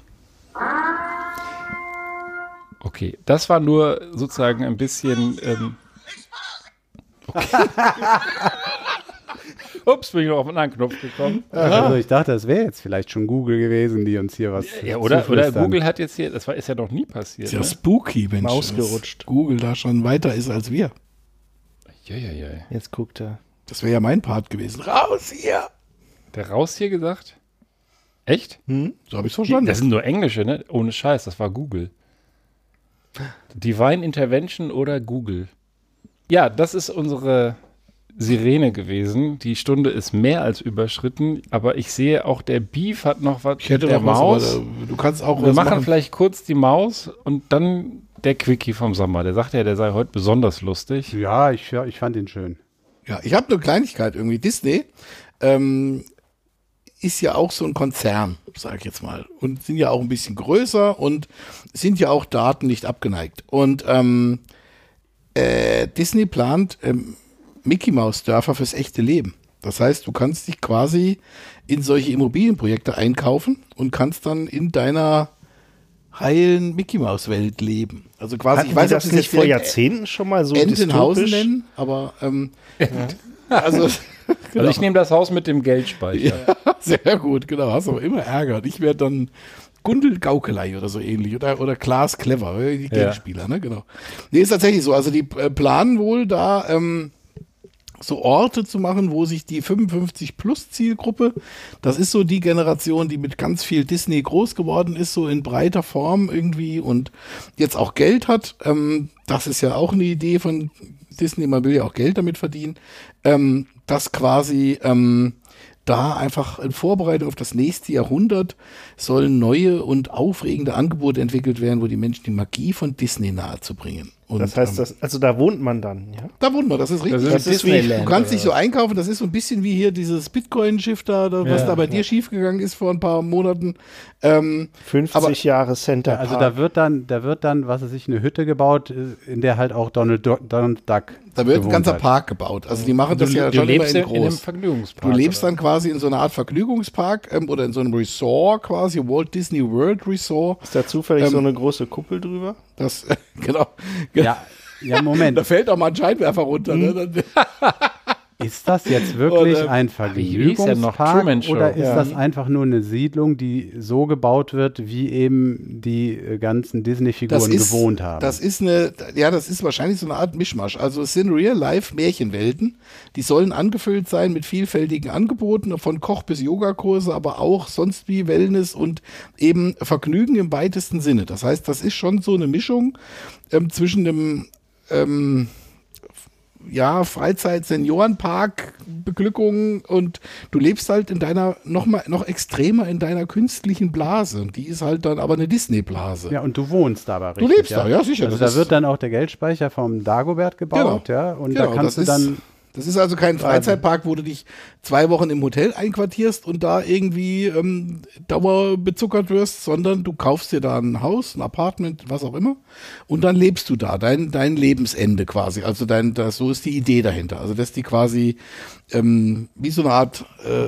Okay, das war nur sozusagen ein bisschen... Ups, bin ich noch auf einen anderen Knopf gekommen. Also ich dachte, das wäre jetzt vielleicht schon Google gewesen, die uns hier was oder Google hat jetzt hier, ist ja noch nie passiert. Ist ja spooky, wenn ausgerutscht. Google da schon weiter ist als wir. Ja. Jetzt guckt er. Das wäre ja mein Part gewesen. Raus hier! Der Raus hier gesagt? Echt? So habe ich es verstanden. Das sind nur Englische, ne? Ohne Scheiß, das war Google. Divine Intervention oder Google. Ja, das ist unsere Sirene gewesen. Die Stunde ist mehr als überschritten, aber ich sehe auch, der Beef hat noch was Ich hätte mit der noch Maus. was, aber du kannst auch Wir was machen vielleicht kurz die Maus und dann der Quickie vom Sommer. Der sagte ja, der sei heute besonders lustig. Ja, ich fand ihn schön. Ja, ich habe eine Kleinigkeit irgendwie. Disney ist ja auch so ein Konzern, sage ich jetzt mal. Und sind ja auch ein bisschen größer und sind ja auch Daten nicht abgeneigt. Und Disney plant Mickey-Maus-Dörfer fürs echte Leben. Das heißt, du kannst dich quasi in solche Immobilienprojekte einkaufen und kannst dann in deiner heilen Mickey-Maus-Welt leben. Also quasi, ich weiß, ob das nicht vor Jahrzehnten schon mal so Entenhausen dystopisch nennen, aber also Also ich nehme das Haus mit dem Geldspeicher. ja, sehr gut, genau. Hast aber immer Ärger. Ich werde dann Gundel Gaukelei oder so ähnlich oder Klaas Clever, die Geldspieler, ne, genau. Nee, ist tatsächlich so. Also die planen wohl da so Orte zu machen, wo sich die 55-Plus-Zielgruppe, das ist so die Generation, die mit ganz viel Disney groß geworden ist, so in breiter Form irgendwie und jetzt auch Geld hat. Das ist ja auch eine Idee von Disney, man will ja auch Geld damit verdienen, dass quasi da einfach in Vorbereitung auf das nächste Jahrhundert sollen neue und aufregende Angebote entwickelt werden, wo die Menschen die Magie von Disney nahezubringen. Und, das heißt, also da wohnt man dann, ja? Da wohnt man, das ist richtig. Das ist wie, du kannst dich so einkaufen, das ist so ein bisschen wie hier dieses Bitcoin-Schiff da, was da bei dir schiefgegangen ist vor ein paar Monaten. 50 Jahre Center Park. Also da wird dann, was weiß ich, eine Hütte gebaut, in der halt auch Donald Duck Da wird ein ganzer Park gebaut. Also die machen das ja schon immer in groß. In einem Vergnügungspark. Du lebst dann quasi in so einer Art Vergnügungspark oder in so einem Resort quasi, Walt Disney World Resort. Ist da zufällig so eine große Kuppel drüber? Das, genau. Ja, Moment. Da fällt auch mal ein Scheinwerfer runter. Ne? Ist das jetzt wirklich ein Vergnügungspark oder ist das einfach nur eine Siedlung, die so gebaut wird, wie eben die ganzen Disney-Figuren gewohnt haben? Das ist wahrscheinlich so eine Art Mischmasch. Also es sind Real-Life-Märchenwelten, die sollen angefüllt sein mit vielfältigen Angeboten, von Koch- bis Yogakurse, aber auch sonst wie Wellness und eben Vergnügen im weitesten Sinne. Das heißt, das ist schon so eine Mischung zwischen einem Freizeit, Seniorenpark, Beglückung und du lebst halt in deiner, noch extremer in deiner künstlichen Blase. Und die ist halt dann aber eine Disney-Blase. Ja, und du wohnst aber richtig. Du lebst da, ja, sicher. Also da wird dann auch der Geldspeicher vom Dagobert gebaut, genau, ja, und da kannst du dann... Das ist also kein Freizeitpark, wo du dich 2 Wochen im Hotel einquartierst und da irgendwie dauerbezuckert wirst, sondern du kaufst dir da ein Haus, ein Apartment, was auch immer, und dann lebst du da, dein Lebensende quasi. Also so ist die Idee dahinter. Also dass die quasi wie so eine Art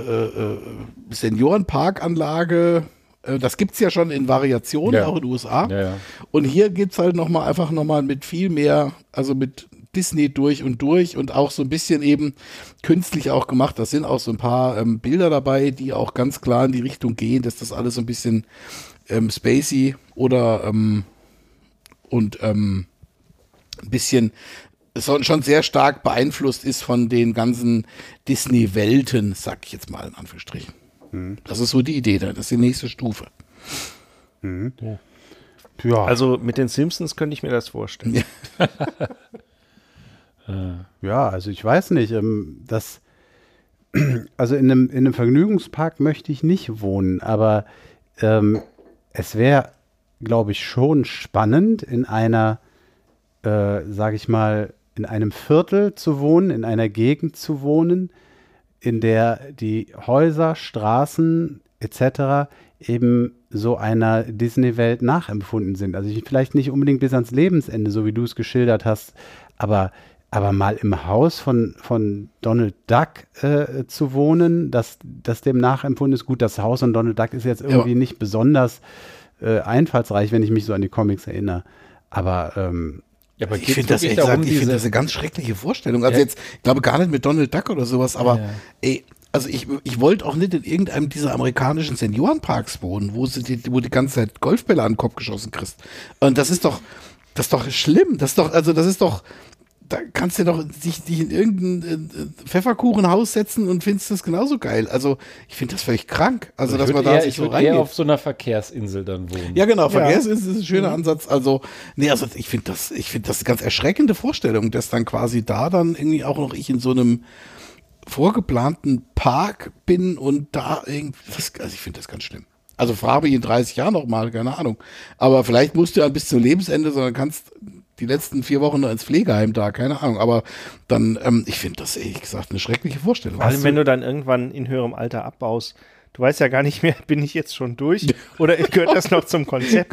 Seniorenparkanlage, das gibt's ja schon in Variationen, auch in den USA. Ja. Und hier gibt's halt einfach nochmal mit viel mehr, also mit Disney durch und auch so ein bisschen eben künstlich auch gemacht. Da sind auch so ein paar Bilder dabei, die auch ganz klar in die Richtung gehen, dass das alles so ein bisschen spacey oder ein bisschen schon sehr stark beeinflusst ist von den ganzen Disney-Welten, sag ich jetzt mal in Anführungsstrichen. Das ist so die Idee da, das ist die nächste Stufe. Ja. Also mit den Simpsons könnte ich mir das vorstellen. Ja, also ich weiß nicht, also in einem Vergnügungspark möchte ich nicht wohnen, aber es wäre, glaube ich, schon spannend, in einer, sage ich mal, in einem Viertel zu wohnen, in einer Gegend zu wohnen, in der die Häuser, Straßen etc. eben so einer Disney-Welt nachempfunden sind. Also vielleicht nicht unbedingt bis ans Lebensende, so wie du es geschildert hast, aber mal im Haus von Donald Duck zu wohnen, dass dem nachempfunden ist. Gut, das Haus von Donald Duck ist jetzt irgendwie nicht besonders einfallsreich, wenn ich mich so an die Comics erinnere. Aber Ja, aber ich finde das, ich finde das eine ganz schreckliche Vorstellung. Also jetzt, ich glaube gar nicht mit Donald Duck oder sowas, aber also ich wollte auch nicht in irgendeinem dieser amerikanischen Seniorenparks wohnen, wo du die ganze Zeit Golfbälle an den Kopf geschossen kriegst. Und das ist doch schlimm. Da kannst du doch dich in irgendein Pfefferkuchenhaus setzen und findest das genauso geil. Also ich finde das völlig krank. Also dass man da sich so reingeht. Eher auf so einer Verkehrsinsel dann wohnen. Ja, genau, Verkehrsinsel ist ein schöner Ansatz. Also, ich finde das eine ganz erschreckende Vorstellung, dass dann quasi da dann irgendwie auch noch ich in so einem vorgeplanten Park bin und da irgendwas, also ich finde das ganz schlimm. Also frage ich in 30 Jahren noch mal, keine Ahnung. Aber vielleicht musst du ja bis zum Lebensende, sondern kannst die letzten 4 Wochen noch ins Pflegeheim da, keine Ahnung. Aber dann, ich finde das ehrlich gesagt eine schreckliche Vorstellung. Vor allem, wenn du dann irgendwann in höherem Alter abbaust, du weißt ja gar nicht mehr, bin ich jetzt schon durch oder gehört das noch zum Konzept?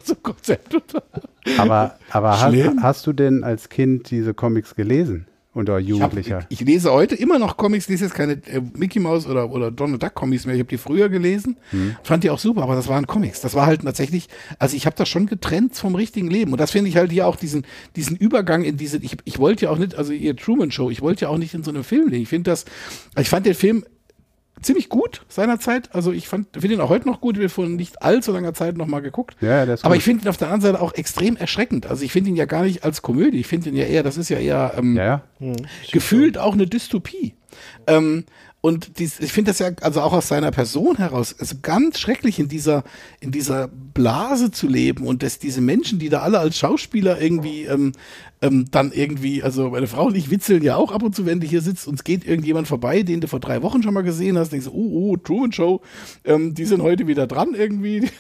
Aber hast du denn als Kind diese Comics gelesen? Oder Jugendlicher? Ich lese heute immer noch Comics, lese jetzt keine Mickey Mouse oder Donald Duck Comics mehr. Ich habe die früher gelesen, fand die auch super, aber das waren Comics. Das war halt tatsächlich, also ich habe das schon getrennt vom richtigen Leben. Und das finde ich halt hier auch diesen Übergang in diese, ich wollte ja auch nicht, also ihr Truman Show, ich wollte ja auch nicht in so einem Film leben. Ich fand den Film ziemlich gut seinerzeit. Also ich finde ihn auch heute noch gut. Wir haben vor nicht allzu langer Zeit noch mal geguckt. Ja, das ist aber gut. ich finde ihn auf der anderen Seite auch extrem erschreckend. Also ich finde ihn ja gar nicht als Komödie. Ich finde ihn ja eher, das ist ja eher gefühlt auch eine Dystopie. Und ich finde das ja, also auch aus seiner Person heraus, also ganz schrecklich in dieser Blase zu leben und dass diese Menschen, die da alle als Schauspieler irgendwie dann irgendwie, also meine Frau und ich witzeln ja auch ab und zu, wenn du hier sitzt, uns geht irgendjemand vorbei, den du vor 3 Wochen schon mal gesehen hast, denkst du, Truman Show, die sind heute wieder dran irgendwie.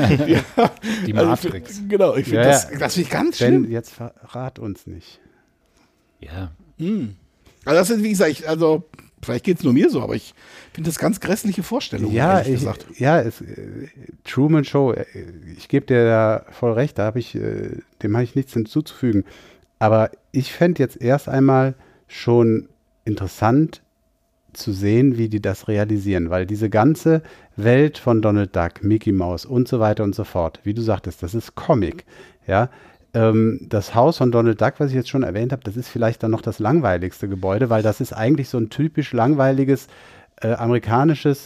Die Matrix. Also, genau, ich finde das finde ich ganz schlimm. Jetzt verrat uns nicht. Ja. Also das ist, wie gesagt, vielleicht geht es nur mir so, aber ich finde das ganz grässliche Vorstellungen, ehrlich gesagt. Truman Show, ich gebe dir da voll recht, dem habe ich nichts hinzuzufügen. Aber ich fände jetzt erst einmal schon interessant zu sehen, wie die das realisieren, weil diese ganze Welt von Donald Duck, Mickey Mouse und so weiter und so fort, wie du sagtest, das ist Comic, ja. Das Haus von Donald Duck, was ich jetzt schon erwähnt habe, das ist vielleicht dann noch das langweiligste Gebäude, weil das ist eigentlich so ein typisch langweiliges amerikanisches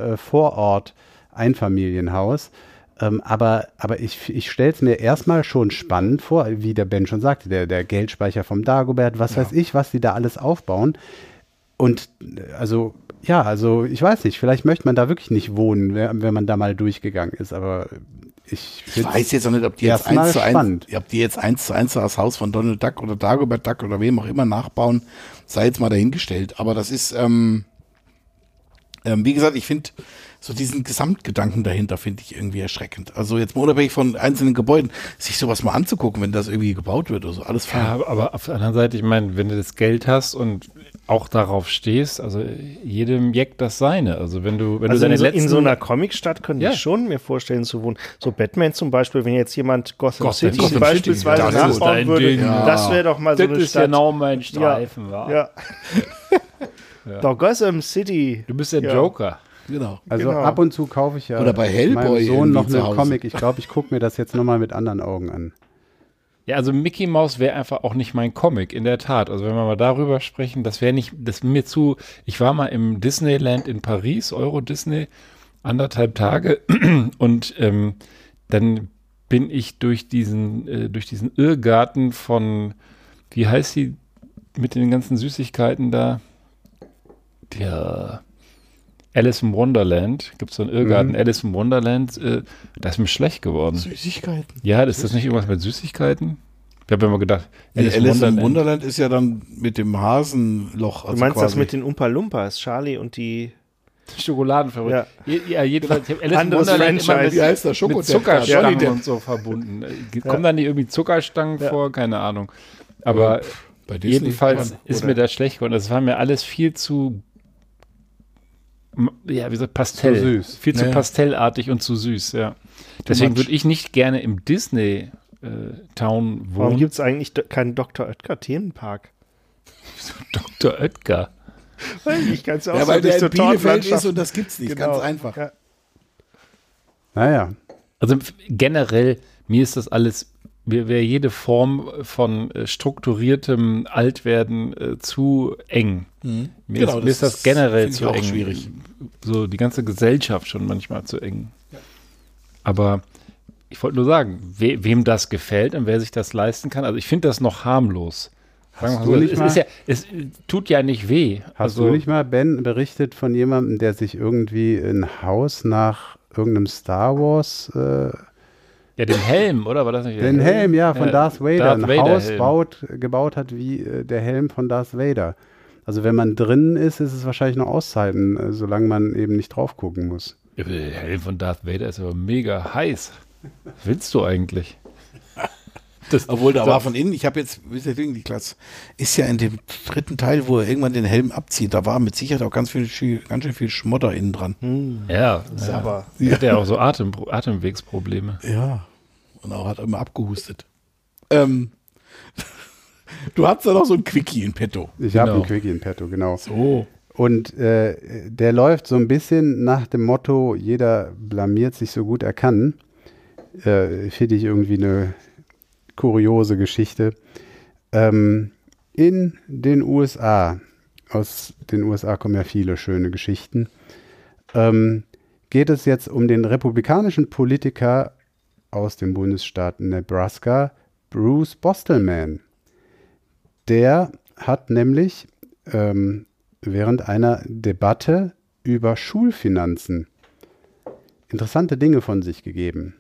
Vorort-Einfamilienhaus. Aber ich stelle es mir erstmal schon spannend vor, wie der Ben schon sagte, der Geldspeicher vom Dagobert, was weiß ich, was die da alles aufbauen. Und also ich weiß nicht, vielleicht möchte man da wirklich nicht wohnen, wenn man da mal durchgegangen ist, aber ich weiß jetzt auch nicht, ob die jetzt 1:1 das Haus von Donald Duck oder Dagobert Duck oder wem auch immer nachbauen, sei jetzt mal dahingestellt. Aber das ist, wie gesagt, ich finde so diesen Gesamtgedanken dahinter finde ich irgendwie erschreckend. Also jetzt mal unabhängig von einzelnen Gebäuden, sich sowas mal anzugucken, wenn das irgendwie gebaut wird oder so, alles fein. Ja, aber auf der anderen Seite, ich meine, wenn du das Geld hast und auch darauf stehst, also jedem Jack das seine. Also wenn du deine in so einer Comicstadt könnte ich schon mir vorstellen zu wohnen. So Batman zum Beispiel, wenn jetzt jemand Gotham City beispielsweise nachbauen würde, das wäre doch mal so eine Stadt. Das ist genau mein Streifen, wa? Ja. Doch Gotham City. Du bist der Joker. Genau. Also ab und zu kaufe ich ja oder bei Hellboy meinem Sohn noch einen Comic. Ich glaube, ich gucke mir das jetzt nochmal mit anderen Augen an. Ja, also Mickey Mouse wäre einfach auch nicht mein Comic, in der Tat. Also wenn wir mal darüber sprechen, das mir zu, ich war mal im Disneyland in Paris, Euro Disney, 1,5 Tage und dann bin ich durch diesen Irrgarten von, wie heißt die, mit den ganzen Süßigkeiten da? Der Alice im Wonderland, gibt es so einen Irrgarten, Alice im Wonderland, da ist mir schlecht geworden. Süßigkeiten? Ja, ist das nicht irgendwas mit Süßigkeiten? Ich habe immer gedacht, Alice im Wonderland ist ja dann mit dem Hasenloch. Also du meinst das mit den Umpa Lumpas, Charlie und die Schokoladenverrückt. Ja, jedenfalls, ich habe Alice im Wonderland immer wie heißt das? mit Zuckerstangen und so verbunden. Kommen da nicht irgendwie Zuckerstangen vor? Keine Ahnung. Aber jedenfalls ist mir das schlecht geworden. Das war mir alles viel zu wie gesagt, Pastell. Zu süß. Viel zu pastellartig und zu süß, ja. Deswegen würde ich nicht gerne im Disney Town wohnen. Warum gibt es eigentlich keinen Dr. Oetker Themenpark? Wieso Dr. Oetker? Ich kann es auch weil der in Bielefeld ist und das gibt's nicht, ganz einfach. Ja. Naja. Also generell, mir ist das alles wäre jede Form von strukturiertem Altwerden zu eng. Mir ist das generell zu eng. Schwierig. So die ganze Gesellschaft schon manchmal zu eng. Ja. Aber ich wollte nur sagen, wem das gefällt und wer sich das leisten kann, also ich finde das noch harmlos. Es tut ja nicht weh. Hast du nicht mal, Ben, berichtet von jemandem, der sich irgendwie ein Haus nach irgendeinem Star Wars ja, den Helm, oder? War das nicht den Helm, ja, von Darth Vader. Ein Haus gebaut hat wie der Helm von Darth Vader. Also wenn man drinnen ist es wahrscheinlich noch auszuhalten, solange man eben nicht drauf gucken muss. Ja, der Helm von Darth Vader ist aber mega heiß. Was willst du eigentlich? Obwohl, da war von innen, ich habe jetzt, die Klasse, ist ja in dem 3. Teil, wo er irgendwann den Helm abzieht, da war mit Sicherheit auch ganz schön viel Schmotter innen dran. Ja, aber hat ja auch so Atemwegsprobleme. Ja, und auch hat immer abgehustet. Du hast da noch so ein Quickie in petto. Ich habe ein Quickie in petto, genau. So. Und der läuft so ein bisschen nach dem Motto, jeder blamiert sich so gut er kann. Finde ich irgendwie eine kuriose Geschichte. In den USA, aus den USA kommen ja viele schöne Geschichten, geht es jetzt um den republikanischen Politiker aus dem Bundesstaat Nebraska, Bruce Bostelman. Der hat nämlich während einer Debatte über Schulfinanzen interessante Dinge von sich gegeben.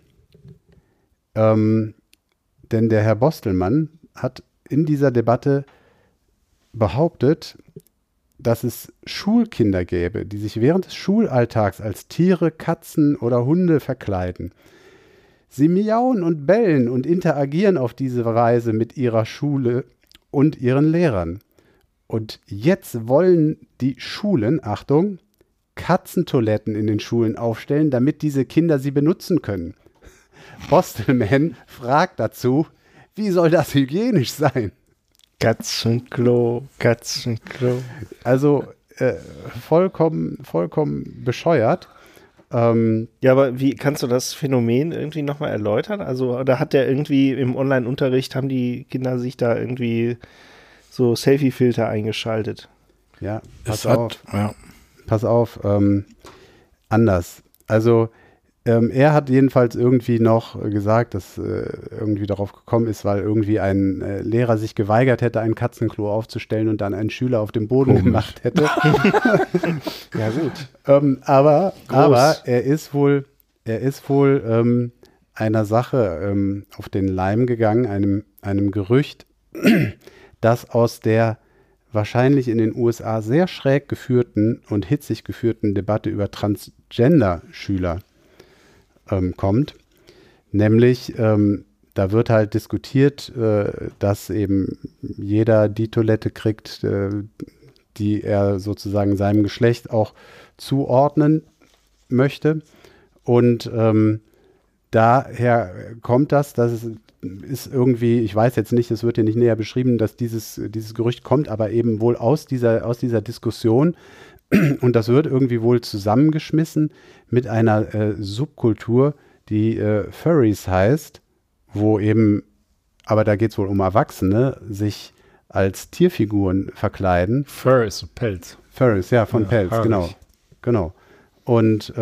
Denn der Herr Bostelmann hat in dieser Debatte behauptet, dass es Schulkinder gäbe, die sich während des Schulalltags als Tiere, Katzen oder Hunde verkleiden. Sie miauen und bellen und interagieren auf diese Weise mit ihrer Schule und ihren Lehrern. Und jetzt wollen die Schulen, Achtung, Katzentoiletten in den Schulen aufstellen, damit diese Kinder sie benutzen können. Bostelman fragt dazu, wie soll das hygienisch sein? Katzenklo. Also vollkommen bescheuert. Ja, aber wie kannst du das Phänomen irgendwie nochmal erläutern? Also, oder hat der irgendwie im Online-Unterricht, haben die Kinder sich da irgendwie so Selfie-Filter eingeschaltet? Ja, pass auf, anders. Also, er hat jedenfalls irgendwie noch gesagt, dass irgendwie darauf gekommen ist, weil irgendwie ein Lehrer sich geweigert hätte, ein Katzenklo aufzustellen und dann ein Schüler auf dem Boden gemacht hätte. Ja gut. Aber er ist wohl einer Sache auf den Leim gegangen, einem Gerücht, das aus der wahrscheinlich in den USA sehr schräg geführten und hitzig geführten Debatte über Transgender-Schüler kommt, nämlich da wird halt diskutiert, dass eben jeder die Toilette kriegt, die er sozusagen seinem Geschlecht auch zuordnen möchte und daher kommt das ist irgendwie, ich weiß jetzt nicht, es wird hier nicht näher beschrieben, dass dieses Gerücht kommt, aber eben wohl aus dieser Diskussion. Und das wird irgendwie wohl zusammengeschmissen mit einer Subkultur, die Furries heißt, wo eben, aber da geht es wohl um Erwachsene, sich als Tierfiguren verkleiden. Fur ist so Pelz. Furries, ja, von Pelz, herrlich. Genau. Und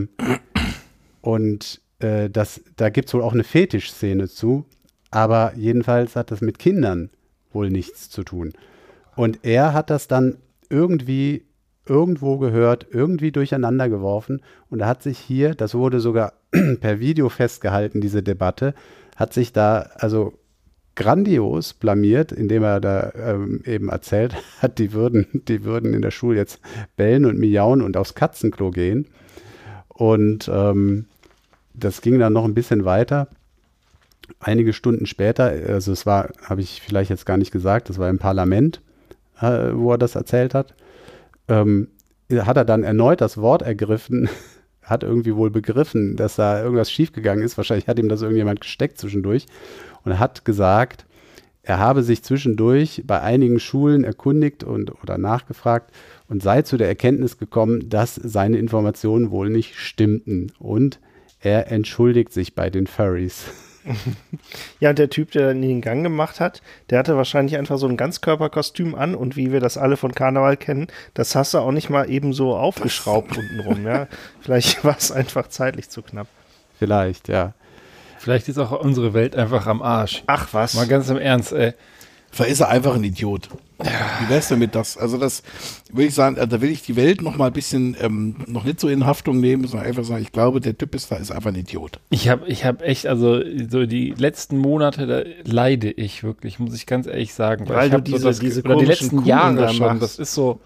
da gibt es wohl auch eine Fetischszene zu, aber jedenfalls hat das mit Kindern wohl nichts zu tun. Und er hat das dann irgendwo gehört, irgendwie durcheinander geworfen und er hat sich hier, das wurde sogar per Video festgehalten, diese Debatte, hat sich da also grandios blamiert, indem er da eben erzählt hat, die würden in der Schule jetzt bellen und miauen und aufs Katzenklo gehen. Und das ging dann noch ein bisschen weiter. Einige Stunden später, also es war, habe ich vielleicht jetzt gar nicht gesagt, das war im Parlament, wo er das erzählt hat, hat er dann erneut das Wort ergriffen, hat irgendwie wohl begriffen, dass da irgendwas schiefgegangen ist. Wahrscheinlich hat ihm das irgendjemand gesteckt zwischendurch und er hat gesagt, er habe sich zwischendurch bei einigen Schulen erkundigt oder nachgefragt und sei zu der Erkenntnis gekommen, dass seine Informationen wohl nicht stimmten und er entschuldigt sich bei den Furries. Ja, und der Typ, der den Gang gemacht hat, der hatte wahrscheinlich einfach so ein Ganzkörperkostüm an und wie wir das alle von Karneval kennen, das hast du auch nicht mal eben so aufgeschraubt untenrum, ja. Vielleicht war es einfach zeitlich zu knapp. Vielleicht, ja. Vielleicht ist auch unsere Welt einfach am Arsch. Ach was. Mal ganz im Ernst, ey. Vielleicht ist er einfach ein Idiot. Wie wär's denn mit das? Also das würde ich sagen, da will ich die Welt noch mal ein bisschen noch nicht so in Haftung nehmen, sondern einfach sagen, ich glaube, der Typ ist einfach ein Idiot. Ich hab echt, also so die letzten Monate, da leide ich wirklich, muss ich ganz ehrlich sagen. Weil ich du diese oder die letzten Kuchen Jahre schon, machst.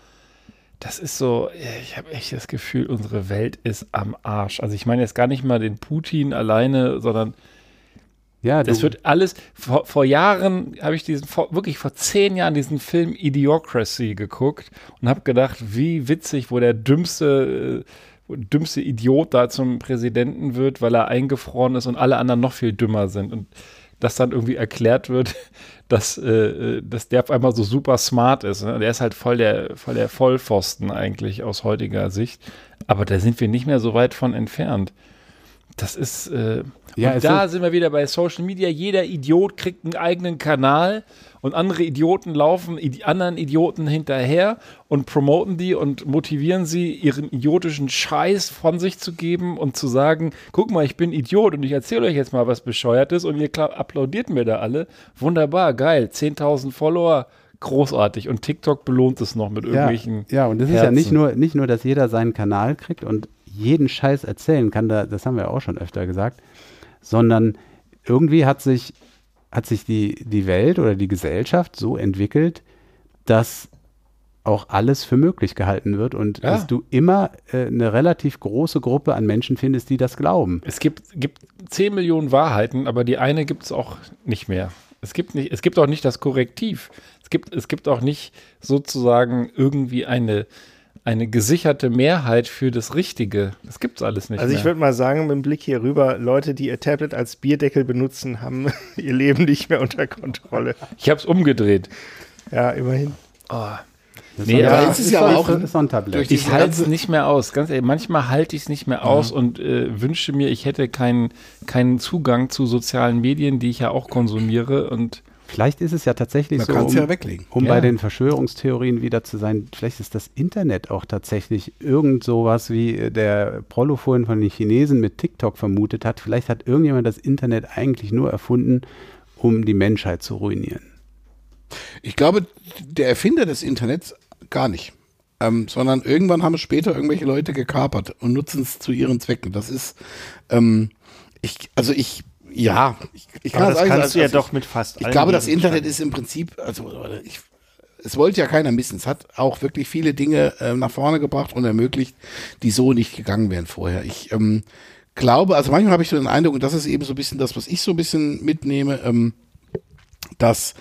das ist so, ich habe echt das Gefühl, unsere Welt ist am Arsch. Also ich meine jetzt gar nicht mal den Putin alleine, sondern ja, das wird alles, vor Jahren habe ich wirklich vor 10 Jahren diesen Film Idiocracy geguckt und habe gedacht, wie witzig, wo der dümmste Idiot da zum Präsidenten wird, weil er eingefroren ist und alle anderen noch viel dümmer sind. Und dass dann irgendwie erklärt wird, dass der auf einmal so super smart ist. Ne? Der ist halt voll der Vollpfosten eigentlich aus heutiger Sicht. Aber da sind wir nicht mehr so weit von entfernt. Das ist, ja, und da sind wir wieder bei Social Media. Jeder Idiot kriegt einen eigenen Kanal und andere Idioten laufen anderen Idioten hinterher und promoten die und motivieren sie, ihren idiotischen Scheiß von sich zu geben und zu sagen, guck mal, ich bin Idiot und ich erzähle euch jetzt mal was Bescheuertes und ihr applaudiert mir da alle. Wunderbar, geil, 10.000 Follower, großartig. Und TikTok belohnt es noch mit irgendwelchen Ja, und das Herzen. ist ja nicht nur, dass jeder seinen Kanal kriegt und jeden Scheiß erzählen kann, das haben wir auch schon öfter gesagt, sondern irgendwie hat sich die Welt oder die Gesellschaft so entwickelt, dass auch alles für möglich gehalten wird und dass du immer eine relativ große Gruppe an Menschen findest, die das glauben. Es gibt 10 Millionen Wahrheiten, aber die eine gibt es auch nicht mehr. Es gibt auch nicht das Korrektiv. Es gibt auch nicht sozusagen irgendwie eine gesicherte Mehrheit für das Richtige. Das gibt's alles nicht Also ich würde mal sagen, mit dem Blick hier rüber, Leute, die ihr Tablet als Bierdeckel benutzen, haben ihr Leben nicht mehr unter Kontrolle. Ich habe es umgedreht. Ja, immerhin. Nee, aber es ist ja auch so ein Tablet. ich halte es nicht mehr aus. Ganz ehrlich, manchmal halte ich es nicht mehr aus und wünsche mir, ich hätte keinen Zugang zu sozialen Medien, die ich ja auch konsumiere. Und vielleicht ist es ja tatsächlich man so, kann es ja weglegen. um bei den Verschwörungstheorien wieder zu sein, vielleicht ist das Internet auch tatsächlich irgend sowas, wie der Prollo vorhin von den Chinesen mit TikTok vermutet hat. Vielleicht hat irgendjemand das Internet eigentlich nur erfunden, um die Menschheit zu ruinieren. Ich glaube, der Erfinder des Internets gar nicht. Sondern irgendwann haben es später irgendwelche Leute gekapert und nutzen es zu ihren Zwecken. Das ist, ich kann das sagen, kannst du ja doch mit fast allen. Ich glaube, das Internet ist im Prinzip, es wollte ja keiner missen. Es hat auch wirklich viele Dinge nach vorne gebracht und ermöglicht, die so nicht gegangen wären vorher. Ich glaube, also manchmal habe ich so den Eindruck, und das ist eben so ein bisschen das, was ich so ein bisschen mitnehme, dass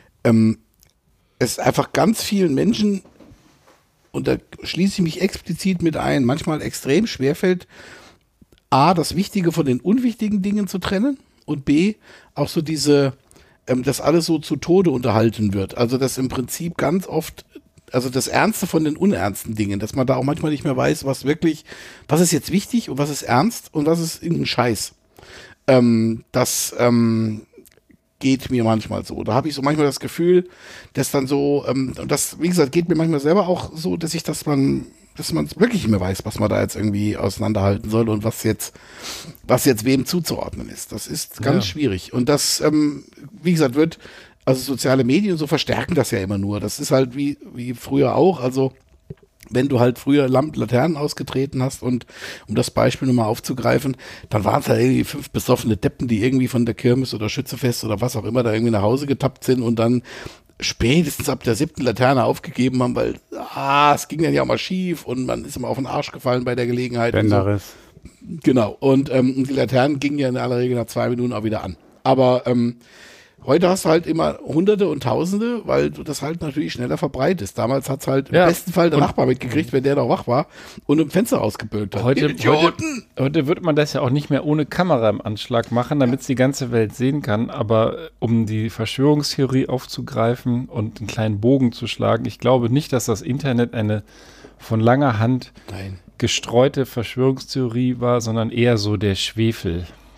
es einfach ganz vielen Menschen, und da schließe ich mich explizit mit ein, manchmal extrem schwerfällt, A, das Wichtige von den unwichtigen Dingen zu trennen und B, auch so dass alles so zu Tode unterhalten wird. Also dass im Prinzip ganz oft, also das Ernste von den unernsten Dingen, dass man da auch manchmal nicht mehr weiß, was ist jetzt wichtig und was ist ernst und was ist irgendein Scheiß. Das geht mir manchmal so. Da habe ich so manchmal das Gefühl, dass dann so, und das, wie gesagt, geht mir manchmal selber auch so, dass man wirklich nicht mehr weiß, was man da jetzt irgendwie auseinanderhalten soll und was jetzt wem zuzuordnen ist. Das ist ganz schwierig. Und das, wie gesagt, also soziale Medien so verstärken das ja immer nur. Das ist halt wie früher auch. Also wenn du halt früher Laternen ausgetreten hast und um das Beispiel nochmal aufzugreifen, dann waren es halt irgendwie 5 besoffene Deppen, die irgendwie von der Kirmes oder Schützefest oder was auch immer da irgendwie nach Hause getappt sind und dann spätestens ab der 7. Laterne aufgegeben haben, weil es ging dann ja auch mal schief und man ist immer auf den Arsch gefallen bei der Gelegenheit. Bänderriss. So. Genau. Und die Laternen gingen ja in aller Regel nach 2 Minuten auch wieder an. Aber heute hast du halt immer Hunderte und Tausende, weil du das halt natürlich schneller verbreitest. Damals hat es halt im besten Fall der Nachbar mitgekriegt, wenn der noch wach war und im Fenster rausgebölkt hat. Heute würde man das ja auch nicht mehr ohne Kamera im Anschlag machen, damit es die ganze Welt sehen kann. Aber um die Verschwörungstheorie aufzugreifen und einen kleinen Bogen zu schlagen, ich glaube nicht, dass das Internet eine von langer Hand gestreute Verschwörungstheorie war, sondern eher so der Schwefel.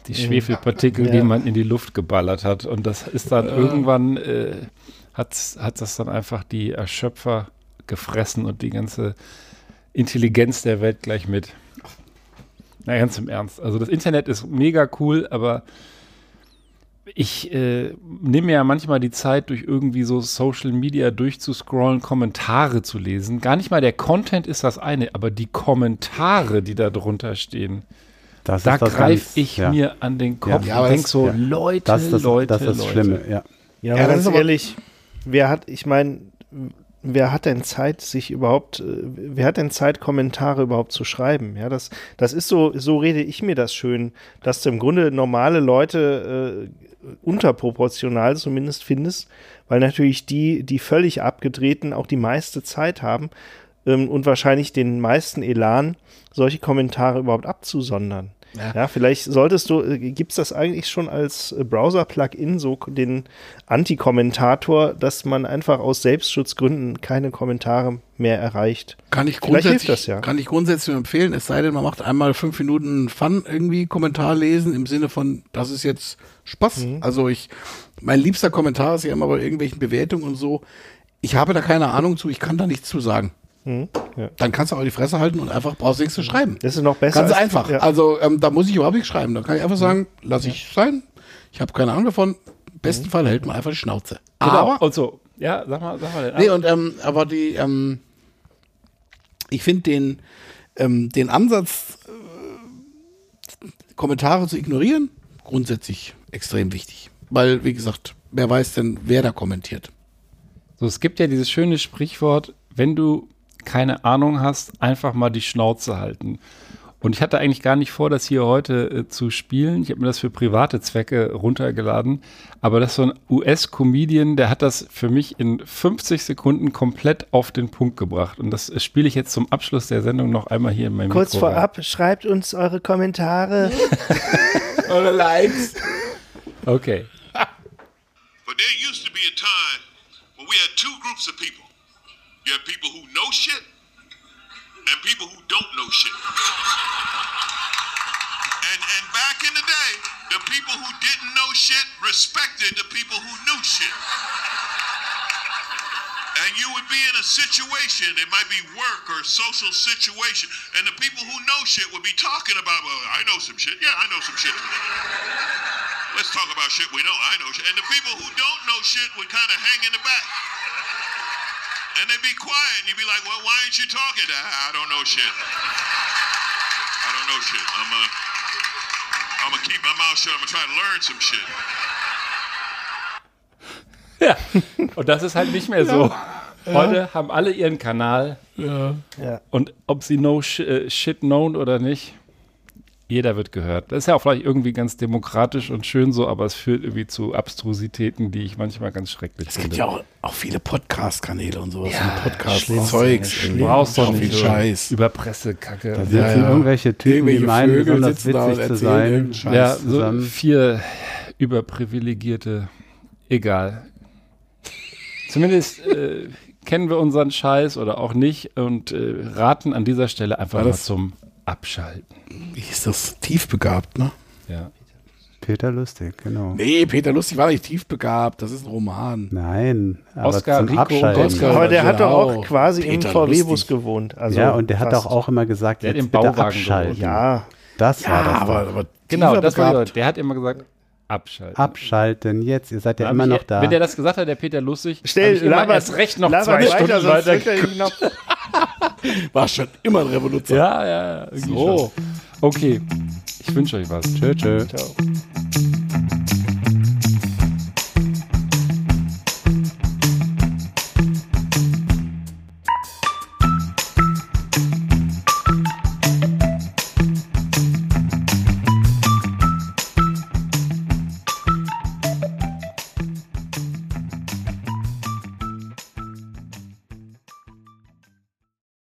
Die Schwefelpartikel, die man in die Luft geballert hat. Und das ist dann irgendwann, hat das dann einfach die Erschöpfer gefressen und die ganze Intelligenz der Welt gleich mit. Na, ganz im Ernst. Also das Internet ist mega cool, aber ich nehme mir ja manchmal die Zeit, durch irgendwie so Social Media durchzuscrollen, Kommentare zu lesen. Gar nicht mal der Content ist das eine, aber die Kommentare, die da drunter stehen, da greife ich mir an den Kopf und denke so, Leute, das ist das Schlimme, ja. Ja, aber ganz ehrlich, wer hat denn Zeit, wer hat denn Zeit, Kommentare überhaupt zu schreiben? Ja, das ist so rede ich mir das schön, dass du im Grunde normale Leute unterproportional zumindest findest, weil natürlich die völlig abgedrehten auch die meiste Zeit haben und wahrscheinlich den meisten Elan, solche Kommentare überhaupt abzusondern. Ja, vielleicht gibt es das eigentlich schon als Browser-Plugin, so den Anti-Kommentator, dass man einfach aus Selbstschutzgründen keine Kommentare mehr erreicht. Kann ich grundsätzlich empfehlen, es sei denn, man macht einmal 5 Minuten Fun irgendwie Kommentar lesen, im Sinne von, das ist jetzt Spaß. Also mein liebster Kommentar ist ja immer bei irgendwelchen Bewertungen und so, ich habe da keine Ahnung zu, ich kann da nichts zu sagen. Ja. Dann kannst du auch die Fresse halten und einfach brauchst nichts zu schreiben. Das ist noch besser. Ganz einfach. Ja. Also da muss ich überhaupt nichts schreiben. Da kann ich einfach sagen, lass ich sein. Ich habe keine Ahnung davon. Im besten Fall hält man einfach die Schnauze. Genau. Aber und so. Ja, sag mal. Nee, und aber ich finde den Ansatz, Kommentare zu ignorieren, grundsätzlich extrem wichtig. Weil, wie gesagt, wer weiß denn, wer da kommentiert. So, es gibt ja dieses schöne Sprichwort, wenn du keine Ahnung hast, einfach mal die Schnauze halten. Und ich hatte eigentlich gar nicht vor, das hier heute zu spielen. Ich habe mir das für private Zwecke runtergeladen. Aber das ist so ein US-Comedian, der hat das für mich in 50 Sekunden komplett auf den Punkt gebracht. Und das spiele ich jetzt zum Abschluss der Sendung noch einmal hier in meinem Kurz Mikro vorab, schreibt uns eure Kommentare. Eure Likes. Okay. But there used to be a time when we had two groups of people. You have people who know shit and people who don't know shit. And back in the day, the people who didn't know shit respected the people who knew shit. And you would be in a situation, it might be work or social situation, and the people who know shit would be talking about, well, I know some shit. Yeah, I know some shit. Let's talk about shit we know. I know shit. And the people who don't know shit would kind of hang in the back. And they'd be quiet, and you'd be like, well, why aren't you talking? I don't know shit. I don't know shit. I'm gonna keep my mouth shut. I'm gonna try to learn some shit. Ja, und das ist halt nicht mehr so. Heute haben alle ihren Kanal. Ja. Und ob sie shit known oder nicht, jeder wird gehört. Das ist ja auch vielleicht irgendwie ganz demokratisch und schön so, aber es führt irgendwie zu Abstrusitäten, die ich manchmal ganz schrecklich finde. Es gibt ja auch viele Podcast-Kanäle und sowas. Ja, Podcast-Zeugs. Du brauchst doch nicht Scheiß. Über Pressekacke. Da sitzen irgendwelche Typen, die meinen, besonders witzig zu sein. Ja, so 4 überprivilegierte, egal. Zumindest kennen wir unseren Scheiß oder auch nicht und raten an dieser Stelle einfach mal zum Abschalten. Wie ist das? Tiefbegabt, ne? Ja. Peter Lustig, genau. Nee, Peter Lustig war nicht tiefbegabt. Das ist ein Roman. Nein, aber Oscar zum Rico Abschalten. Aber der hat doch auch quasi im VW-Bus gewohnt. Also ja, und der hat doch auch immer gesagt, der hat jetzt im bitte Bauwagen abschalten. gewohnt. Ja. Das war das. Aber Genau, das war der hat immer gesagt, abschalten. Abschalten, jetzt, ihr seid ja immer noch da. Wenn der das gesagt hat, der Peter Lustig, erst recht noch 2 Stunden weiter. War schon immer ein Revolution. Ja. So. Okay. Ich wünsche euch was. Tschö. Ciao.